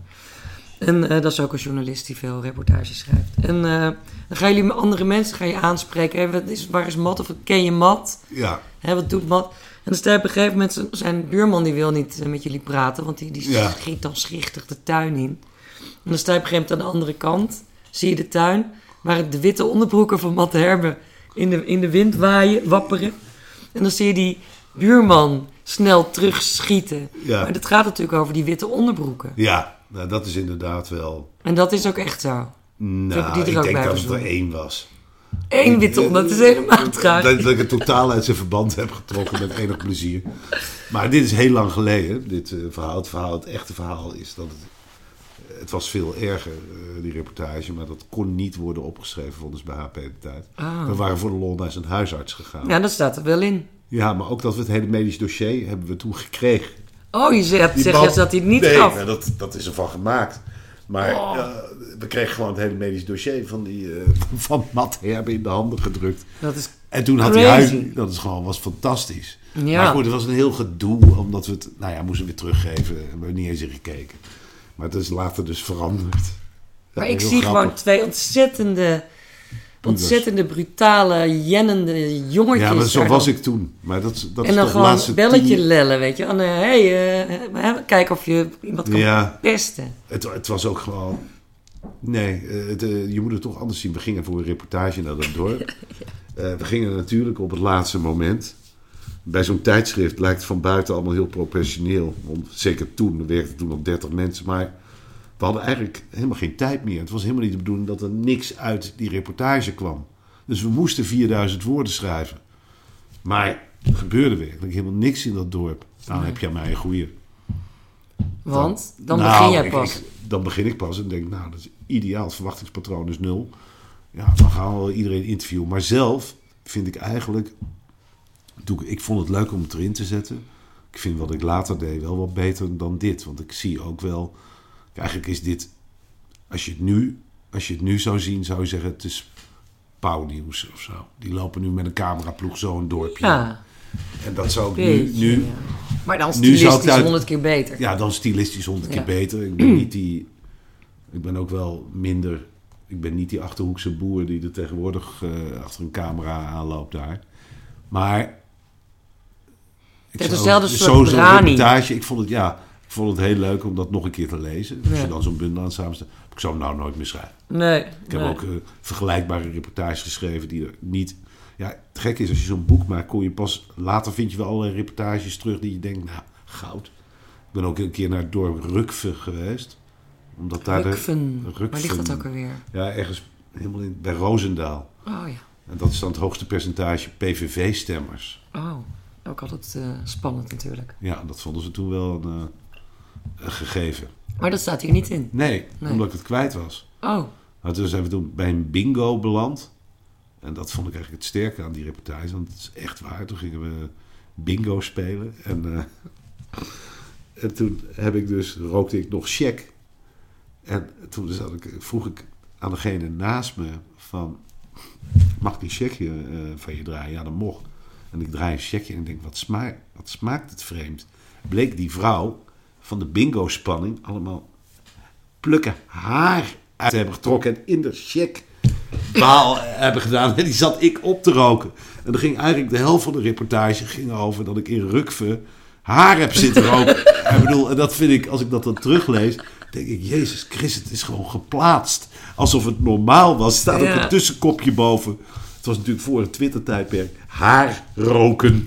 En dat is ook een journalist die veel reportages schrijft. En dan gaan jullie met andere mensen aanspreken. Hey, waar is Matt? Of ken je Matt? Ja. Hè, wat doet Matt? En dan sta je op een gegeven moment... Zijn buurman die wil niet met jullie praten. Want die schiet dan schichtig de tuin in. En dan sta je op een gegeven moment aan de andere kant. Zie je de tuin. Waar de witte onderbroeken van Matt Herbe in de wind wapperen. En dan zie je die buurman snel terugschieten. Ja. Maar dat gaat natuurlijk over die witte onderbroeken. Ja, nou, dat is inderdaad wel... En dat is ook echt zo. Nou, die er ik ook denk bij dat het er verzonnen. 1 was. Eén witte onder, dat is helemaal tragisch. Dat ik het totaal uit zijn verband heb getrokken met enig plezier. Maar dit is heel lang geleden, dit verhaal. Het echte verhaal is dat het was veel erger, die reportage. Maar dat kon niet worden opgeschreven volgens bij HP de Tijd. Ah. We waren voor de lol naar zijn huisarts gegaan. Ja, dat staat er wel in. Ja, maar ook dat we het hele medisch dossier hebben we toen gekregen. Oh, je zegt Die je man- dat hij het niet nee, gaf. nou, dat is ervan gemaakt. Maar we kregen gewoon het hele medisch dossier van Matt Herbe in de handen gedrukt. Dat is En toen had crazy. hij dat is gewoon, was fantastisch. Ja. Maar goed, het was een heel gedoe, omdat we het, moesten weer teruggeven. En we hebben niet eens in gekeken. Maar het is later dus veranderd. Maar Ja, ik heel zie grappig. gewoon twee ontzettende brutale, jennende jongetjes. Ja, maar zo daar was dan. ik toen. Maar dat is En toch dan de gewoon laatste belletje 10 lellen, weet je. Kijk of je iemand kan Ja. pesten. Het was ook gewoon... Nee, je moet het toch anders zien. We gingen voor een reportage naar dat dorp. We gingen natuurlijk op het laatste moment. bij zo'n tijdschrift lijkt het van buiten allemaal heel professioneel. Want zeker toen, er werkten toen nog 30 mensen. Maar we hadden eigenlijk helemaal geen tijd meer. Het was helemaal niet de bedoeling dat er niks uit die reportage kwam. Dus we moesten 4000 woorden schrijven. Maar er gebeurde werkelijk helemaal niks in dat dorp. Nou, dan heb je aan mij een goeie. Want? Dan begin jij pas. Dan begin ik pas en denk, nou, dat is ideaal. Het verwachtingspatroon is 0. Ja, dan gaan we wel iedereen interviewen. Maar zelf vind ik eigenlijk... Ik vond het leuk om het erin te zetten. Ik vind wat ik later deed wel wat beter dan dit. Want ik zie ook wel... Eigenlijk is dit... Als je het nu zou zien, zou je zeggen... Het is pauwnieuws of zo. Die lopen nu met een cameraploeg zo een dorpje. Ja. En dat zou ik nu... Ja. Maar dan stilistisch 100 keer beter. Ja, dan stilistisch 100 keer beter. Ik ben niet die... Ik ben ook wel minder... Ik ben niet die Achterhoekse boer die er tegenwoordig achter een camera aanloopt daar. Maar... Het is dezelfde soort reportage. Ik vond het heel leuk om dat nog een keer te lezen. Als je dan zo'n bundel aan samenstelt. Ik zou hem nou nooit meer schrijven. Nee. Ik heb ook vergelijkbare reportages geschreven die er niet... Ja, het gekke is, als je zo'n boek maakt, kon je pas... Later vind je wel allerlei reportages terug die je denkt, nou, goud. Ik ben ook een keer naar het dorp Rukve geweest. Omdat daar Rukven. Waar ligt dat ook alweer? Ja, ergens helemaal bij Roosendaal. Oh ja. En dat is dan het hoogste percentage PVV-stemmers. Oh, ook altijd spannend natuurlijk. Ja, dat vonden ze toen wel een gegeven. Maar dat staat hier niet in? Nee, omdat ik het kwijt was. Oh. Nou, toen zijn we toen bij een bingo beland. En dat vond ik eigenlijk het sterke aan die reportage. Want het is echt waar. Toen gingen we bingo spelen. En toen rookte ik nog check. En toen vroeg ik aan degene naast me van... Mag ik een checkje van je draaien? Ja, dat mocht. En ik draai een checkje en ik denk, wat smaakt het vreemd. Bleek die vrouw van de bingo-spanning allemaal plukken haar uit te hebben getrokken. En in de checkbaal hebben gedaan. En die zat ik op te roken. En dan ging eigenlijk de helft van de reportage over dat ik in Rukve haar heb zitten roken. En dat vind ik, als ik dat dan teruglees... denk ik, Jezus Christus, het is gewoon geplaatst. Alsof het normaal was. Staat ook een tussenkopje boven. Het was natuurlijk voor het Twitter-tijdperk. Haar roken.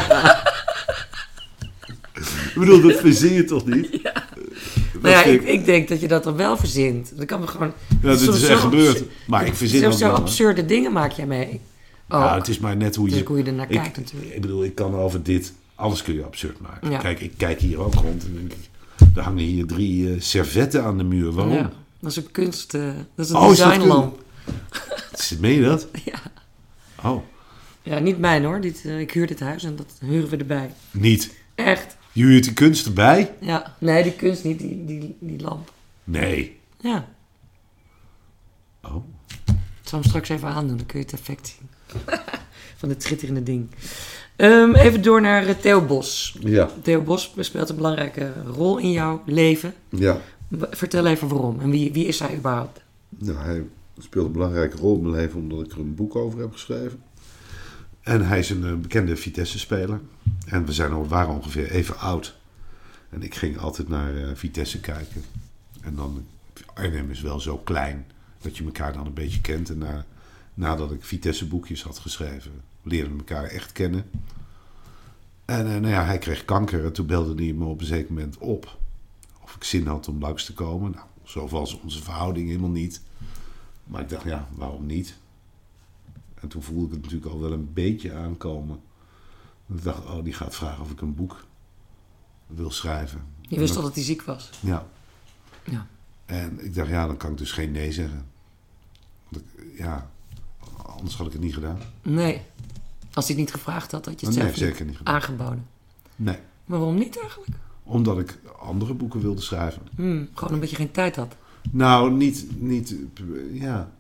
Ik bedoel, dat verzin je toch niet? Ja. Nou ja, ik denk dat je dat dan wel verzint. Dat kan gewoon... Ja, dit is echt gebeurd. Maar ik verzin ook zo absurde dingen maak jij mee. Ja, het is maar net hoe je... hoe je ernaar kijkt natuurlijk. Ik bedoel, ik kan over dit... Alles kun je absurd maken. Ja. Kijk, ik kijk hier ook rond en denk ik... Er hangen hier 3 servetten aan de muur. Waarom? Ja, dat is een kunst... dat is een designlamp. Meen je dat? Ja. Oh. Ja, niet mijn hoor. Ik huur dit huis en dat huren we erbij. Niet? Echt. Je huurt die kunst erbij? Ja. Nee, die kunst niet. Die lamp. Nee. Ja. Oh. Ik zal hem straks even aandoen. Dan kun je het effect zien. Van het schitterende ding. Even door naar Theo Bos. Ja. Theo Bos speelt een belangrijke rol in jouw leven. Ja. Vertel even waarom. En wie is hij überhaupt? Nou, hij speelt een belangrijke rol in mijn leven omdat ik er een boek over heb geschreven. En hij is een bekende Vitesse-speler. En we waren ongeveer even oud. En ik ging altijd naar Vitesse kijken. En dan, Arnhem is wel zo klein dat je elkaar dan een beetje kent. En nadat ik Vitesse-boekjes had geschreven, leerden we elkaar echt kennen. En hij kreeg kanker en toen belde hij me op een zeker moment op. Of ik zin had om langs te komen. Nou, zo was onze verhouding helemaal niet. Maar ik dacht, ja, waarom niet? En toen voelde ik het natuurlijk al wel een beetje aankomen. Ik dacht, die gaat vragen of ik een boek wil schrijven. Je wist al dat hij ziek was? Ja. Ja. En ik dacht, ja, dan kan ik dus geen nee zeggen. Want anders had ik het niet gedaan. Nee. Als hij het niet gevraagd had je het zelf zeker niet gedaan. Aangeboden? Nee. Waarom niet eigenlijk? Omdat ik andere boeken wilde schrijven. Gewoon omdat je geen tijd had? Nou, niet ja.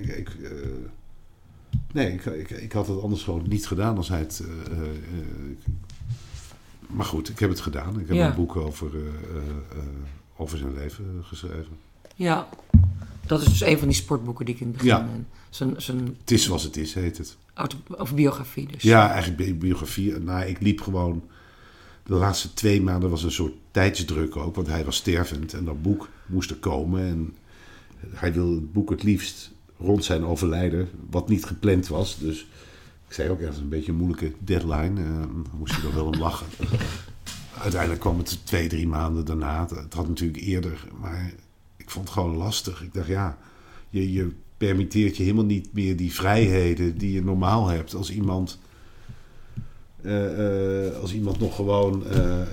Ik had het anders gewoon niet gedaan als hij het... maar goed, ik heb het gedaan. Ik heb een boek over zijn leven geschreven. Ja, dat is dus een van die sportboeken die ik in het begin... Ja. Het is zoals het is, heet het. Of biografie dus. Ja, eigenlijk biografie. Nou, ik liep gewoon... De laatste 2 maanden was een soort tijdsdruk ook. Want hij was stervend en dat boek moest er komen. En hij wilde het boek het liefst rond zijn overlijden. Wat niet gepland was. Dus Ik zei ook ergens een beetje een moeilijke deadline. Dan moest je er wel om lachen. Uiteindelijk kwam het 2-3 maanden daarna. Het had natuurlijk eerder, maar ik vond het gewoon lastig. Ik dacht, ja, je permitteert je helemaal niet meer die vrijheden die je normaal hebt. Als iemand nog gewoon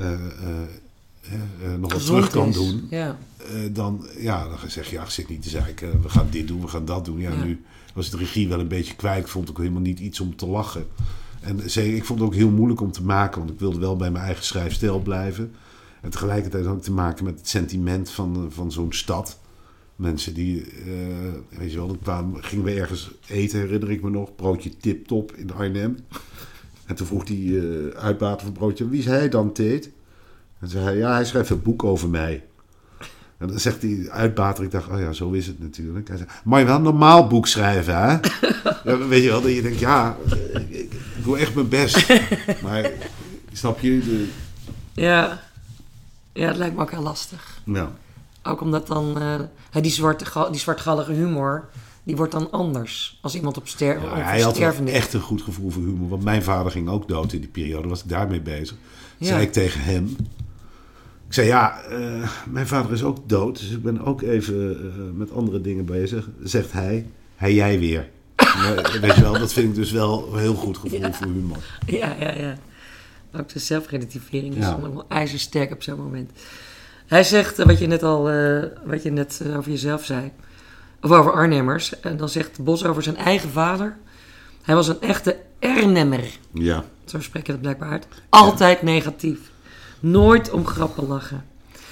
nog wat terug kan doen. Ja. Dan zeg je, ja, zit niet te zeiken. We gaan dit doen, we gaan dat doen. Ja, nu was de regie wel een beetje kwijt. Ik vond het ook helemaal niet iets om te lachen. En ik vond het ook heel moeilijk om te maken. Want ik wilde wel bij mijn eigen schrijfstijl blijven. En tegelijkertijd ook te maken met het sentiment van zo'n stad. Mensen die, weet je wel, gingen we ergens eten, herinner ik me nog. Broodje Tip Top in Arnhem. En toen vroeg die uitbater van broodje, wie is hij dan, Teet? En zei hij, ja, hij schrijft een boek over mij. En dan zegt die uitbater, ik dacht, oh ja, zo is het natuurlijk. Hij zei, maar je wel een normaal boek schrijven, hè? Ja, weet je wel, dat je denkt, ja, ik doe echt mijn best. Maar, snap je? Ja, het lijkt me ook heel lastig. Ja. Ook omdat dan die zwartgallige humor, die wordt dan anders als iemand op sterven ligt. Hij had echt een goed gevoel voor humor. Want mijn vader ging ook dood in die periode. Was ik daarmee bezig. Zei ik tegen hem. Ik zei, ja, mijn vader is ook dood. Dus ik ben ook even met andere dingen bezig. Zegt hij jij weer. Maar, weet je wel, dat vind ik dus wel een heel goed gevoel voor humor. Ja. Ook de zelfrelativering is allemaal ijzersterk op zo'n moment. Hij zegt, wat je net over jezelf zei, of over Arnhemmers. En dan zegt Bos over zijn eigen vader. Hij was een echte Arnhemmer. Ja. Zo spreek je dat blijkbaar uit. Altijd negatief. Nooit om grappen lachen.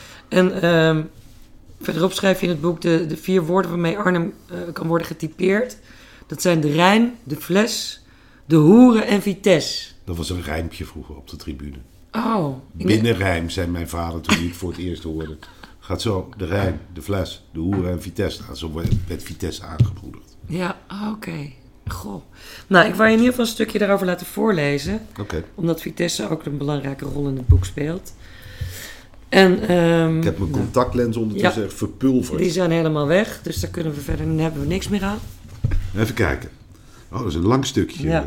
En verderop schrijf je in het boek de 4 woorden waarmee Arnhem kan worden getypeerd. Dat zijn de Rijn, de Fles, de Hoeren en Vitesse. Dat was een rijmpje vroeger op de tribune. Oh. Binnenrijm, zei mijn vader toen hij het voor het eerst hoorde. Gaat zo, de Rijn, de Fles, de Hoeren en Vitesse. Nou, zo werd Vitesse aangemoedigd. Ja, oké. Goh. Nou, ik wou je in ieder geval een stukje daarover laten voorlezen. Oké. Omdat Vitesse ook een belangrijke rol in het boek speelt. En, ik heb mijn contactlens ondertussen echt verpulverd. Die zijn helemaal weg, dus daar kunnen we verder, daar hebben we niks meer aan. Even kijken. Oh, dat is een lang stukje.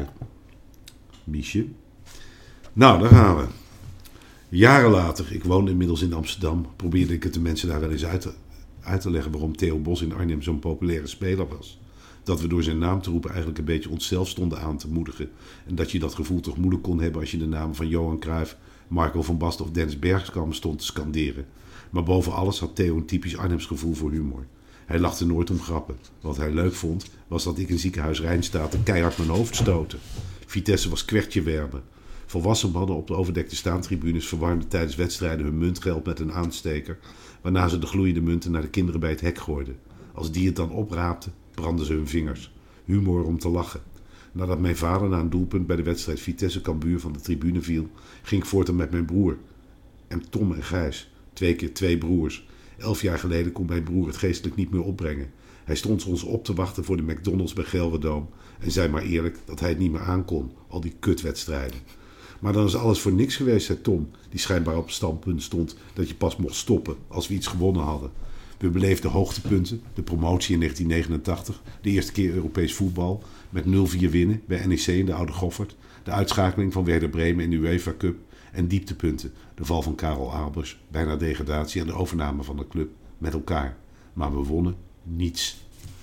Miesje. Nou, daar gaan we. Jaren later, ik woonde inmiddels in Amsterdam, probeerde ik het de mensen daar wel eens uit te leggen waarom Theo Bos in Arnhem zo'n populaire speler was. Dat we door zijn naam te roepen eigenlijk een beetje onszelf stonden aan te moedigen. En dat je dat gevoel toch moeilijk kon hebben als je de namen van Johan Cruijff, Marco van Basten of Dennis Bergkamp stond te scanderen. Maar boven alles had Theo een typisch Arnhems gevoel voor humor. Hij lachte nooit om grappen. Wat hij leuk vond, was dat ik in ziekenhuis Rijnstaten keihard mijn hoofd stootte. Vitesse was kwertje werben. Volwassen mannen op de overdekte staantribunes verwarmden tijdens wedstrijden hun muntgeld met een aansteker, waarna ze de gloeiende munten naar de kinderen bij het hek gooiden. Als die het dan opraapten, brandden ze hun vingers. Humor om te lachen. Nadat mijn vader na een doelpunt bij de wedstrijd Vitesse-Cambuur van de tribune viel, ging ik voortaan met mijn broer. En Tom en Gijs, 2 keer 2 broers. 11 jaar geleden kon mijn broer het geestelijk niet meer opbrengen. Hij stond ons op te wachten voor de McDonald's bij Gelredome en zei maar eerlijk dat hij het niet meer aankon, al die kutwedstrijden. Maar dan is alles voor niks geweest, zei Tom, die schijnbaar op het standpunt stond dat je pas mocht stoppen als we iets gewonnen hadden. We beleefden hoogtepunten, de promotie in 1989, de eerste keer Europees voetbal, met 0-4 winnen bij NEC in de Oude Goffert, de uitschakeling van Werder Bremen in de UEFA Cup en dieptepunten, de val van Karel Albers, bijna degradatie en de overname van de club met elkaar. Maar we wonnen niets.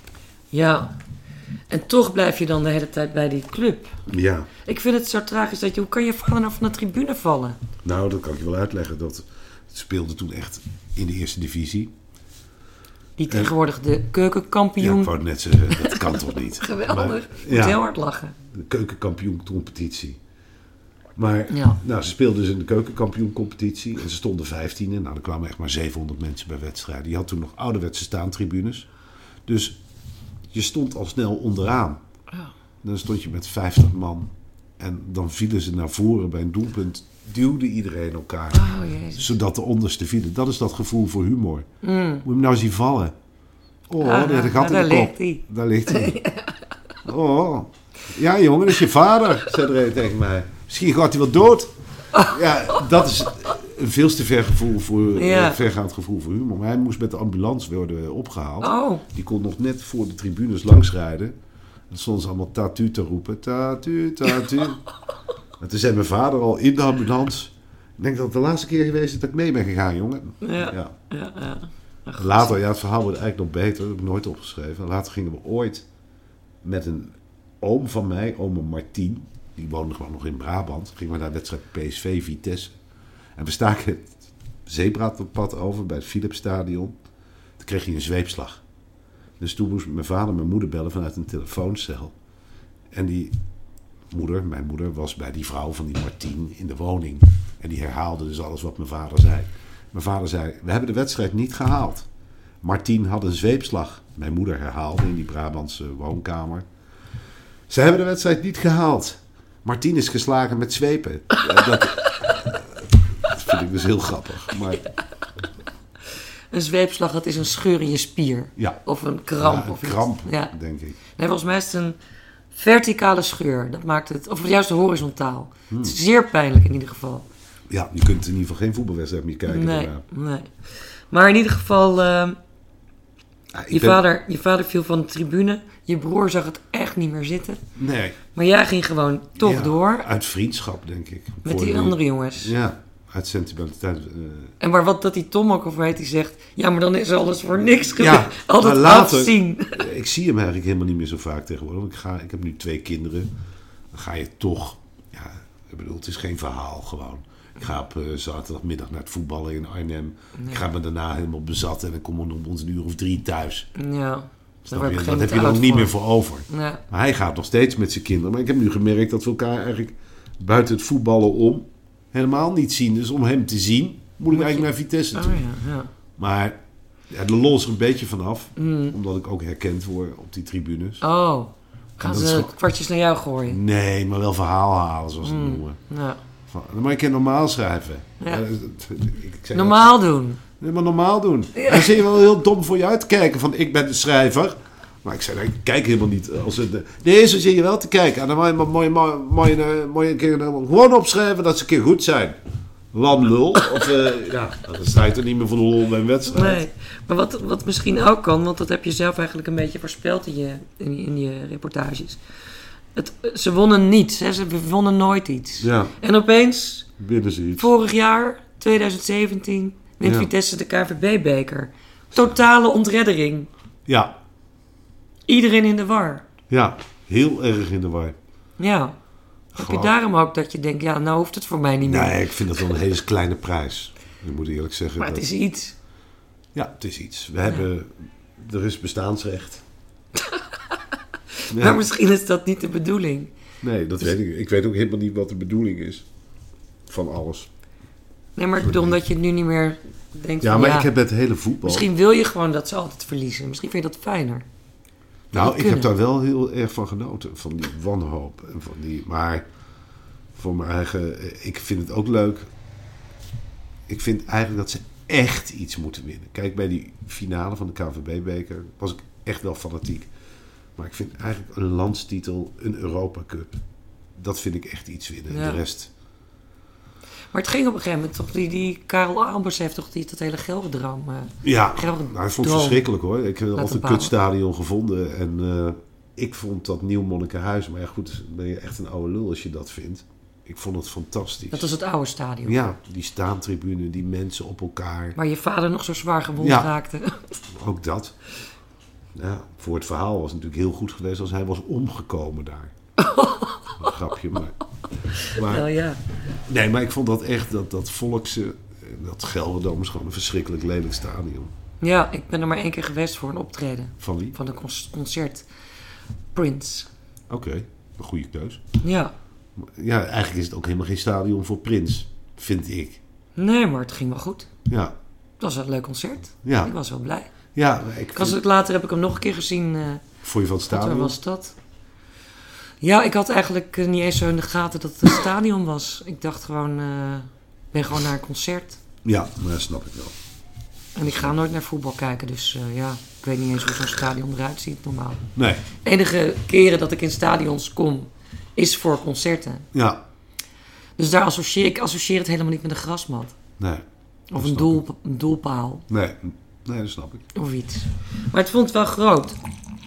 Ja, en toch blijf je dan de hele tijd bij die club. Ja. Ik vind het zo tragisch dat hoe kan je vader nou van de tribune vallen? Nou, dat kan ik je wel uitleggen. Dat speelde toen echt in de eerste divisie. Die tegenwoordig de keukenkampioen... Ja, ik wou het net zeggen, dat kan toch niet? Geweldig, ik moet heel hard lachen. De keukenkampioen-competitie. Maar nou, ze speelden dus in de keukenkampioen-competitie en ze stonden 15e. Nou, er kwamen echt maar 700 mensen bij wedstrijden. Je had toen nog ouderwetse staantribunes. Dus je stond al snel onderaan. Ja. Dan stond je met 50 man en dan vielen ze naar voren bij een doelpunt. Duwde iedereen elkaar. Oh, Jezus. Zodat de onderste vielen. Dat is dat gevoel voor humor. Moet je hem nou zien vallen. Oh, daar gaat daar ligt hij. Daar ligt hij. Oh. Ja, jongen, dat is je vader, zei er een tegen mij. Misschien gaat hij wel dood. Ja, dat is een veel te vergaand gevoel voor humor. Maar hij moest met de ambulance worden opgehaald. Oh. Die kon nog net voor de tribunes langsrijden. Dan stonden ze allemaal tatu te roepen. Tatu, tatu. En toen zei mijn vader al in de ambulance. Ik denk dat het de laatste keer geweest is dat ik mee ben gegaan, jongen. Ja. Later, het verhaal wordt eigenlijk nog beter. Dat heb ik nooit opgeschreven. Later gingen we ooit met een oom van mij, oom Martien. Die woonde gewoon nog in Brabant. Gingen we naar de wedstrijd PSV Vitesse. En we staken het zebrapad over bij het Philipsstadion. Toen kreeg hij een zweepslag. Dus toen moest mijn vader en mijn moeder bellen vanuit een telefooncel. En die mijn moeder, was bij die vrouw van die Martien in de woning. En die herhaalde dus alles wat mijn vader zei. Mijn vader zei, we hebben de wedstrijd niet gehaald. Martien had een zweepslag. Mijn moeder herhaalde in die Brabantse woonkamer. Ze hebben de wedstrijd niet gehaald. Martien is geslagen met zwepen. Dat vind ik dus heel grappig. Maar... Een zweepslag, dat is een scheur in je spier. Ja. Of een kramp. Ja, of een kramp, ja. denk ik. Nee, volgens mij is het een verticale scheur. Dat maakt het, of juist horizontaal. Het is zeer pijnlijk in ieder geval. Ja, je kunt in ieder geval geen voetbalwedstrijd meer kijken. Nee. Maar in ieder geval, je vader viel van de tribune. Je broer zag het echt niet meer zitten. Nee. Maar jij ging gewoon toch door. Uit vriendschap, denk ik. Met die andere jongens. Ja, uit sentimentaliteit. En maar wat dat die Tom ook over weet, die zegt... Ja, maar dan is alles voor niks gebeurd. Ja, altijd maar later, afzien. Ik zie hem eigenlijk helemaal niet meer zo vaak tegenwoordig. Want ik heb nu 2 kinderen. Dan ga je toch... Ja, ik bedoel, het is geen verhaal gewoon. Ik ga op zaterdagmiddag naar het voetballen in Arnhem. Ja. Ik ga me daarna helemaal bezat en dan kom ik om ons een uur of 3 thuis. Ja. Dat heb je dan niet meer voor over. Ja. Maar hij gaat nog steeds met zijn kinderen. Maar ik heb nu gemerkt dat we elkaar eigenlijk buiten het voetballen om helemaal niet zien. Dus om hem te zien, moet ik eigenlijk naar Vitesse toe. Ja. Maar de lol is er een beetje vanaf. Omdat ik ook herkend word op die tribunes. Oh, gaan ze kwartjes naar jou gooien? Nee, maar wel verhaal halen, zoals ze het noemen. Ja. Maar ik kan normaal schrijven. Ja. Normaal doen. Nee, maar normaal doen. Ja. Dan zie je wel heel dom voor je uit te kijken. Van, ik ben de schrijver. Maar ik zei, ik kijk helemaal niet. Nee, zo zie je wel te kijken. En dan moet je een keer gewoon opschrijven dat ze een keer goed zijn. Lam lul. Of, dan sta je er niet meer voor de lol bij een wedstrijd. Nee, maar wat misschien ook kan, want dat heb je zelf eigenlijk een beetje voorspeld in je reportages. Ze wonnen niets, hè? Ze wonnen nooit iets. Ja. En opeens, binnen ze iets. Vorig jaar, 2017, wint Vitesse de KNVB-beker. Totale ontreddering. Ja. Iedereen in de war. Ja, heel erg in de war. Ja. Heb je daarom ook dat je denkt, ja, nou hoeft het voor mij niet meer. Nee, ik vind dat wel een hele kleine prijs. Ik moet eerlijk zeggen. Maar het is iets. Ja, het is iets. Er is bestaansrecht. Ja. Maar misschien is dat niet de bedoeling. Nee, dat weet ik. Ik weet ook helemaal niet wat de bedoeling is. Van alles. Nee, maar ik bedoel omdat je het nu niet meer denkt ja, van, maar ik heb het hele voetbal. Misschien wil je gewoon dat ze altijd verliezen. Misschien vind je dat fijner. Nou, ik heb daar wel heel erg van genoten. Van die wanhoop. En van die, maar voor mijn eigen... Ik vind het ook leuk. Ik vind eigenlijk dat ze echt iets moeten winnen. Kijk, bij die finale van de KNVB-beker was ik echt wel fanatiek. Maar ik vind eigenlijk een landstitel, een Europa Cup, dat vind ik echt iets winnen. Ja. De rest... Maar het ging op een gegeven moment toch, die Karel Albers heeft toch dat hele Gelredroom. Ja, ik vond het verschrikkelijk hoor. Ik heb altijd een kutstadion gevonden en ik vond dat Nieuw Monnikenhuis, maar ja goed, ben je echt een oude lul als je dat vindt. Ik vond het fantastisch. Dat was het oude stadion. Ja, die staantribune, die mensen op elkaar. Waar je vader nog zo zwaar gewond raakte. Ook dat. Ja, voor het verhaal was het natuurlijk heel goed geweest als hij was omgekomen daar. Een grapje, maar wel ja. Nee, maar ik vond dat echt, dat Volkse, dat Gelredome is gewoon een verschrikkelijk lelijk stadion. Ja, ik ben er maar 1 keer geweest voor een optreden. Van wie? Van een concert. Prince. Oké, een goede keus. Ja. Ja, eigenlijk is het ook helemaal geen stadion voor Prince, vind ik. Nee, maar het ging wel goed. Ja. Het was een leuk concert. Ja. Ik was wel blij. Ja, Later heb ik hem nog een keer gezien. Vond je van het stadion? Waar was dat? Ja, ik had eigenlijk niet eens zo in de gaten dat het een stadion was. Ik dacht gewoon, ben gewoon naar een concert. Ja, maar dat snap ik wel. En ik ga nooit naar voetbal kijken, dus ik weet niet eens hoe zo'n stadion eruit ziet normaal. Nee. De enige keren dat ik in stadions kom, is voor concerten. Ja. Dus daar associeer het helemaal niet met een grasmat. Nee. Of een doelpaal. Nee, dat snap ik. Of iets. Maar het vond het wel groot.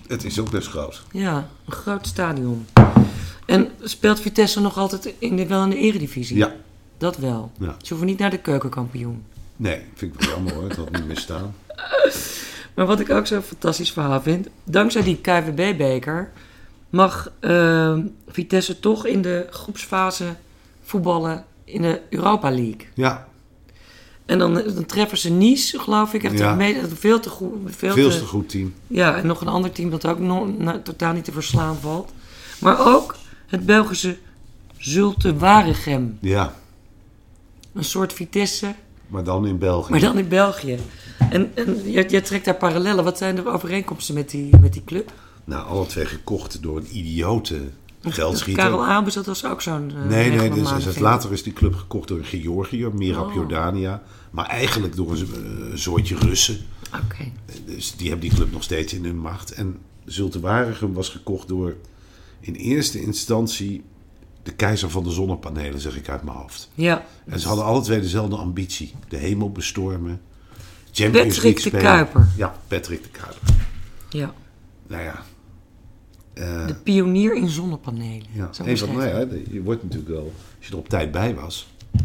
Het is ook best groot. Ja, een groot stadion. En speelt Vitesse nog altijd wel in de eredivisie? Ja. Dat wel. Ja. Ze hoeven niet naar de keukenkampioen. Nee, vind ik wel jammer hoor. Het had niet meer staan. Maar wat ik ook zo'n fantastisch verhaal vind... dankzij die KNVB-beker... mag Vitesse toch in de groepsfase voetballen in de Europa League. Ja. En dan treffen ze Nice, geloof ik. Echt een veel te goed... Veel te goed team. Ja, en nog een ander team dat ook totaal niet te verslaan valt. Maar ook het Belgische Zulte Waregem. Ja. Een soort Vitesse... Maar dan in België. Maar dan in België. En jij trekt daar parallellen. Wat zijn de overeenkomsten met die club? Nou, alle twee gekocht door een idiote geldschieter. Karel Abes, dat was ook zo'n... Nee, later is die club gekocht door een Georgiër, Merab Jordania. Maar eigenlijk door een soortje Russen. Oké. Dus die hebben die club nog steeds in hun macht. En Zulte Waregem was gekocht door in eerste instantie de keizer van de zonnepanelen, zeg ik uit mijn hoofd. Ja. En ze hadden alle twee dezelfde ambitie. De hemel bestormen. Champions Patrick League de spelen. Kuiper. Ja, Patrick de Kuiper. Ja. Nou ja. De pionier in zonnepanelen. Ja, je wordt natuurlijk wel, als je er op tijd bij was.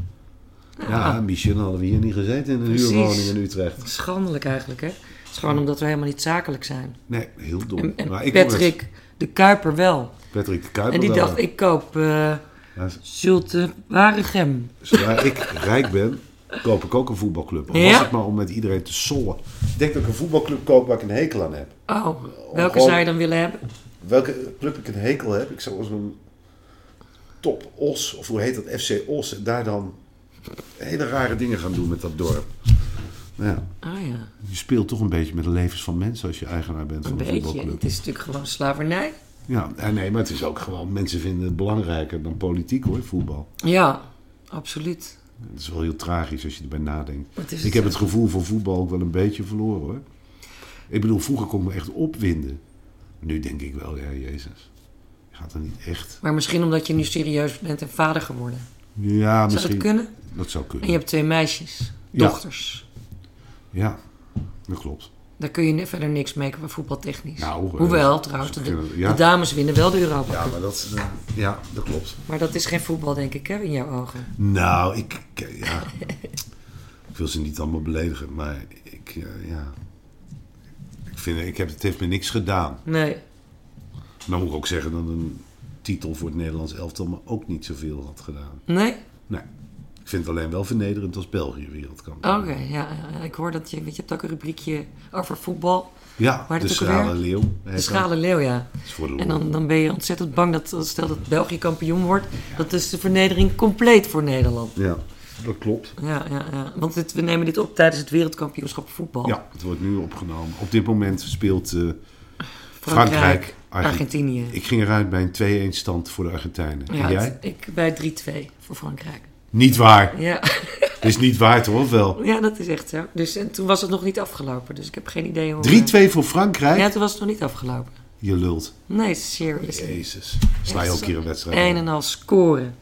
Ja, Michel, hadden we hier niet gezeten in een huurwoning in Utrecht. Schandelijk eigenlijk, hè? Het is gewoon omdat we helemaal niet zakelijk zijn. Nee, heel dom. En maar Patrick de Kuiper wel. Patrick de Kuiper en die wel. dacht, ik koop Zulte Waregem. Zodra ik rijk ben, koop ik ook een voetbalclub. Al was het maar om met iedereen te sollen. Ik denk dat ik een voetbalclub koop waar ik een hekel aan heb. Oh, welke zou je dan willen hebben? Welke club ik een hekel heb? Ik zou als een Top Os, of hoe heet dat, FC Os, en daar dan hele rare dingen gaan doen met dat dorp. Nou ja. Ah ja. Je speelt toch een beetje met de levens van mensen als je eigenaar bent van een voetbalclub. Het is natuurlijk gewoon slavernij. Ja, nee, maar het is ook gewoon, mensen vinden het belangrijker dan politiek hoor, voetbal. Ja, absoluut. Het is wel heel tragisch als je erbij nadenkt. Ik heb het gevoel voor voetbal ook wel een beetje verloren hoor. Ik bedoel, vroeger kon ik me echt opwinden. Nu denk ik wel, ja, Jezus. Je gaat er niet echt... Maar misschien omdat je nu serieus bent en vader geworden. Ja, misschien. Zou dat kunnen? Dat zou kunnen. En je hebt 2 meisjes, dochters. Ja, dat klopt. Daar kun je verder niks mee qua voetbaltechnisch. Nou, hoewel, trouwens, de dames winnen wel de Europa Cup. Ja, maar dat klopt. Maar dat is geen voetbal, denk ik, hè, in jouw ogen? Nou, ik wil ze niet allemaal beledigen, maar het heeft me niks gedaan. Nee. Dan moet ik ook zeggen dat een titel voor het Nederlands elftal me ook niet zoveel had gedaan. Nee? Nee. Ik vind het alleen wel vernederend als België wereldkampioen. Oké, ja. Ik hoor dat je hebt ook een rubriekje over voetbal. Ja, de Schrale Leeuw. De Schrale Leeuw, ja. En dan ben je ontzettend bang dat, stel dat België kampioen wordt, dat is de vernedering compleet voor Nederland. Ja, dat klopt. Ja. Want we nemen dit op tijdens het wereldkampioenschap voetbal. Ja, het wordt nu opgenomen. Op dit moment speelt Frankrijk, Argentinië. Ik ging eruit bij een 2-1 stand voor de Argentijnen. Ja, en jij? Ik bij 3-2 voor Frankrijk. Niet waar. Ja. Het is niet waar, toch? Of wel? Ja, dat is echt zo. Dus, en toen was het nog niet afgelopen. Dus ik heb geen idee hoe... 3-2 voor Frankrijk? Ja, toen was het nog niet afgelopen. Je lult. Nee, serieus. Jezus. Sla je ook hier een wedstrijd? Een en al scoren.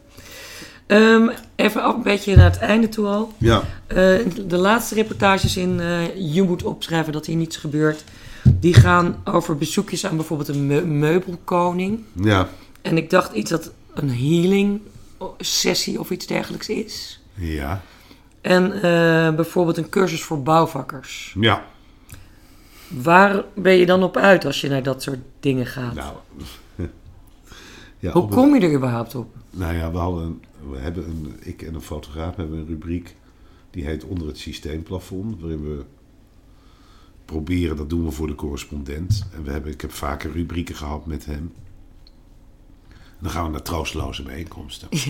Even een beetje naar het einde toe al. Ja. De laatste reportages in Je moet opschrijven dat hier niets gebeurt. Die gaan over bezoekjes aan bijvoorbeeld een meubelkoning. Ja. En ik dacht iets dat een healing sessie of iets dergelijks is. Ja. En bijvoorbeeld een cursus voor bouwvakkers. Ja. Waar ben je dan op uit als je naar dat soort dingen gaat? Nou. Ja, hoe kom je er überhaupt op? Nou ja, ik en een fotograaf hebben een rubriek die heet Onder het systeemplafond, waarin we proberen, dat doen we voor de correspondent. En ik heb vaker rubrieken gehad met hem. En dan gaan we naar troosteloze bijeenkomsten. Ja.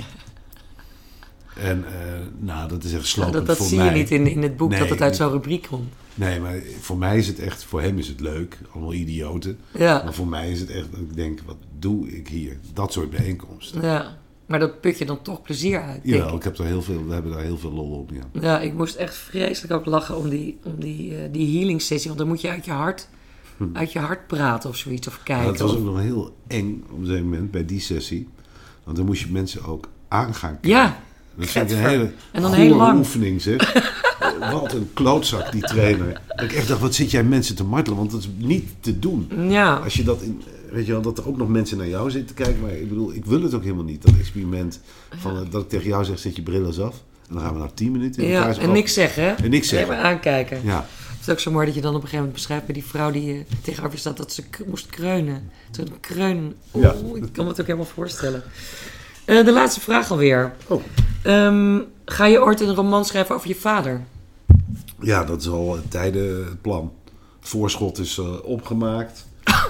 En dat is echt slopend dat voor zie mij. Je niet in het boek, dat het uit zo'n rubriek komt. Nee, maar voor mij is het echt, voor hem is het leuk, allemaal idioten. Ja. Maar voor mij is het echt, dat ik denk, wat doe ik hier? Dat soort bijeenkomsten. Ja, maar dat put je dan toch plezier uit. Ja, we hebben daar heel veel lol op. Ja. Ja, ik moest echt vreselijk ook lachen om die healing sessie, want dan moet je uit je hart praten of zoiets, of kijken. Dat was ook nog heel eng op een gegeven moment bij die sessie, want dan moest je mensen ook aan gaan kijken. Ja. Dat vind ik een hele heel lang oefening, zeg. wat een klootzak, die trainer. Dat ik echt dacht, wat zit jij mensen te martelen? Want dat is niet te doen. Ja. Als je dat weet je wel, dat er ook nog mensen naar jou zitten kijken. Maar ik bedoel, ik wil het ook helemaal niet. Dat experiment van dat ik tegen jou zeg, zet je bril eens af. En dan gaan we na 10 minuten in elkaar En niks zeggen, hè? En niks zeggen. Even aankijken. Ja. Het is ook zo mooi dat je dan op een gegeven moment beschrijft bij die vrouw die tegenover je staat dat ze moest kreunen. Zo'n kreun. Ja. Ik kan me het ook helemaal voorstellen. De laatste vraag alweer. Oh. Ga je ooit een roman schrijven over je vader? Ja, dat is al tijden het plan. Het voorschot is opgemaakt.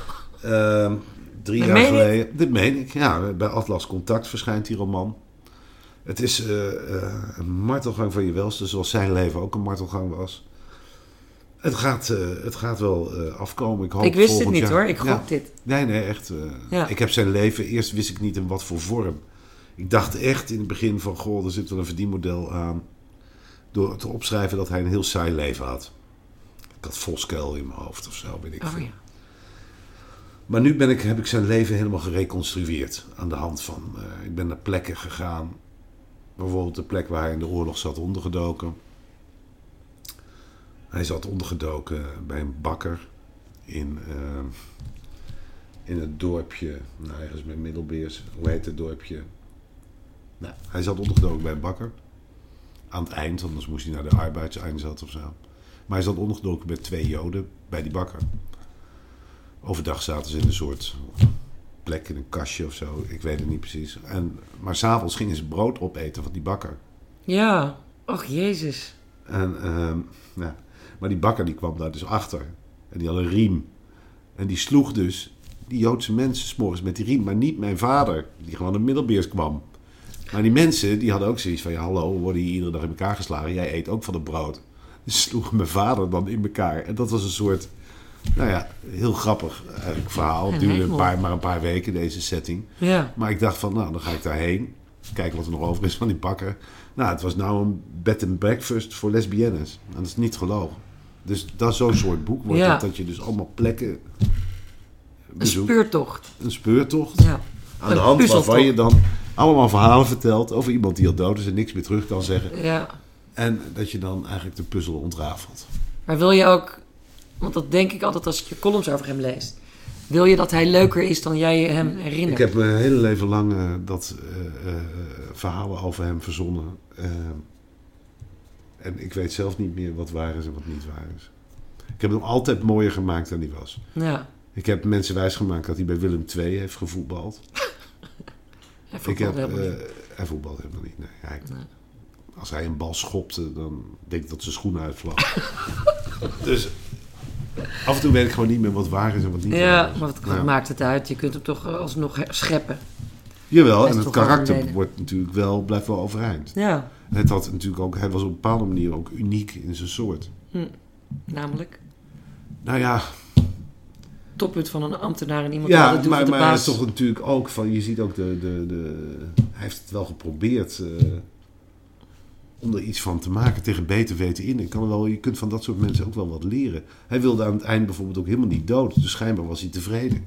3 jaar geleden. Dit meen ik. Ja, bij Atlas Contact verschijnt die roman. Het is een martelgang van je welste, zoals zijn leven ook een martelgang was. Het gaat wel afkomen. Ik wist het niet hoor, ik gok dit. Nee, echt. Ik heb zijn leven, eerst wist ik niet in wat voor vorm. Ik dacht echt in het begin van, goh, er zit wel een verdienmodel aan. Door te opschrijven dat hij een heel saai leven had. Ik had Voskuil in mijn hoofd of zo, weet ik veel. Ja. Maar nu heb ik zijn leven helemaal gereconstrueerd. Aan de hand van, ik ben naar plekken gegaan. Bijvoorbeeld de plek waar hij in de oorlog zat ondergedoken. Hij zat ondergedoken bij een bakker in het dorpje, ergens bij Middelbeers. Hoe heet het dorpje? Nou, hij zat ondergedoken bij een bakker. Aan het eind, anders moest hij naar de arbeidseinsatz of zo. Maar hij zat ondergedoken met 2 Joden bij die bakker. Overdag zaten ze in een soort plek in een kastje of zo. Ik weet het niet precies. Maar s'avonds gingen ze brood opeten van die bakker. Ja, och Jezus. Maar die bakker die kwam daar dus achter. En die had een riem. En die sloeg dus die Joodse mensen 's morgens met die riem. Maar niet mijn vader, die gewoon in Middelbeers kwam. Maar die mensen die hadden ook zoiets van, ja hallo, we worden hier iedere dag in elkaar geslagen. Jij eet ook van het brood. Dus sloegen mijn vader dan in elkaar. En dat was een soort, heel grappig verhaal. Het duurde maar een paar weken, deze setting. Ja. Maar ik dacht van, dan ga ik daarheen. Kijken wat er nog over is van die bakker. Nou, het was nou een bed and breakfast voor lesbiennes. En dat is niet gelogen. Dus dat is zo'n soort boek wordt het, dat je dus allemaal plekken bezoekt. Een speurtocht. Ja. Aan de hand waarvan je dan allemaal verhalen vertelt over iemand die al dood is en niks meer terug kan zeggen. Ja. En dat je dan eigenlijk de puzzel ontrafelt. Maar wil je ook, want dat denk ik altijd als je columns over hem leest. Wil je dat hij leuker is dan jij je hem herinnert? Ik heb mijn hele leven lang verhalen over hem verzonnen. En ik weet zelf niet meer wat waar is en wat niet waar is. Ik heb hem altijd mooier gemaakt dan hij was. Ja. Ik heb mensen wijsgemaakt dat hij bij Willem II heeft gevoetbald. Hij voetbalt helemaal niet. Nee. Als hij een bal schopte, dan denk ik dat zijn schoenen uitvloog. Dus af en toe weet ik gewoon niet meer wat waar is en wat niet waar is. Ja, maar wat maakt het uit? Je kunt hem toch alsnog scheppen. Jawel, en het karakter blijft wel overeind. Ja. Het had natuurlijk ook, hij was op een bepaalde manier ook uniek in zijn soort. Namelijk? Nou ja. Toppunt van een ambtenaar en iemand die dat doet maar, de maar baas. toch natuurlijk ook van, je ziet ook hij heeft het wel geprobeerd om er iets van te maken tegen beter weten in. Je kunt van dat soort mensen ook wel wat leren. Hij wilde aan het eind bijvoorbeeld ook helemaal niet dood. Dus schijnbaar was hij tevreden.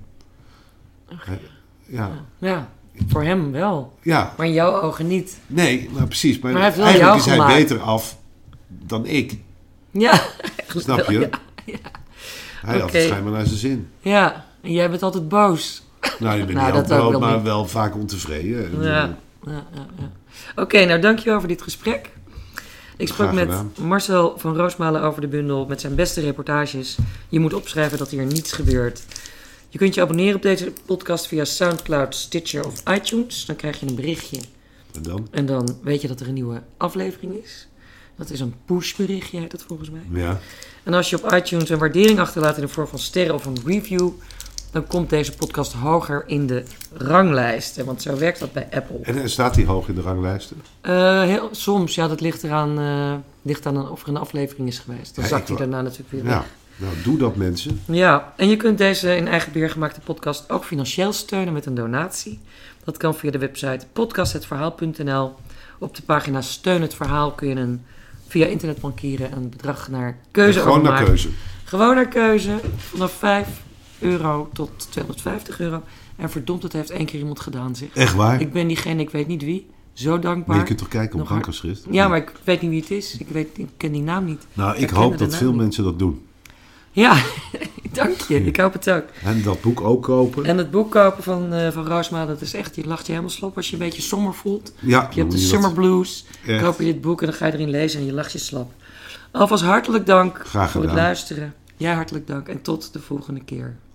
Ja, voor hem wel. Ja. Maar in jouw ogen niet. Nee, maar precies. Maar eigenlijk is hij beter af dan ik. Ja. Snap je? Ja. Hij had het schijnbaar naar zijn zin. Ja, en jij bent altijd boos. Nou, je bent niet altijd boos, maar wel vaak ontevreden. Ja. Oké, nou dankjewel voor dit gesprek. Ik sprak met Marcel van Roosmalen over de bundel met zijn beste reportages. Je moet opschrijven dat hier niets gebeurt. Je kunt je abonneren op deze podcast via Soundcloud, Stitcher of iTunes. Dan krijg je een berichtje. En dan weet je dat er een nieuwe aflevering is. Dat is een pushberichtje, heet dat volgens mij. Ja. En als je op iTunes een waardering achterlaat in de vorm van sterren of een review, dan komt deze podcast hoger in de ranglijsten. Want zo werkt dat bij Apple. En staat die hoog in de ranglijsten? Soms, ja, dat ligt aan of er een aflevering is geweest. Dan zakt hij daarna natuurlijk weer weg. Ja, nou doe dat mensen. Ja, en je kunt deze in eigen beheer gemaakte podcast ook financieel steunen met een donatie. Dat kan via de website podcast.verhaal.nl. Op de pagina Steun het Verhaal kun je via internetbankieren een bedrag naar keuze overmaken. Gewoon naar keuze. Gewoon naar keuze. Vanaf €5 tot €250. En verdomd, het heeft 1 keer iemand gedaan, zeg. Echt waar? Ik ben diegene, ik weet niet wie. zo dankbaar. Maar je kunt toch kijken op Nog bankafschrift? Ja, maar ik weet niet wie het is. Ik ken die naam niet. Nou, ik hoop dat veel mensen dat doen. Ja, dank je. Ik hoop het ook. En dat boek ook kopen. En het boek kopen van Roosmalen, dat is echt, je lacht je helemaal slap als je een beetje somber voelt. Ja, Je hebt de summer blues. Echt. Koop je dit boek en dan ga je erin lezen en je lacht je slap. Alvast hartelijk dank Graag voor het gedaan. luisteren. Jij hartelijk dank en tot de volgende keer.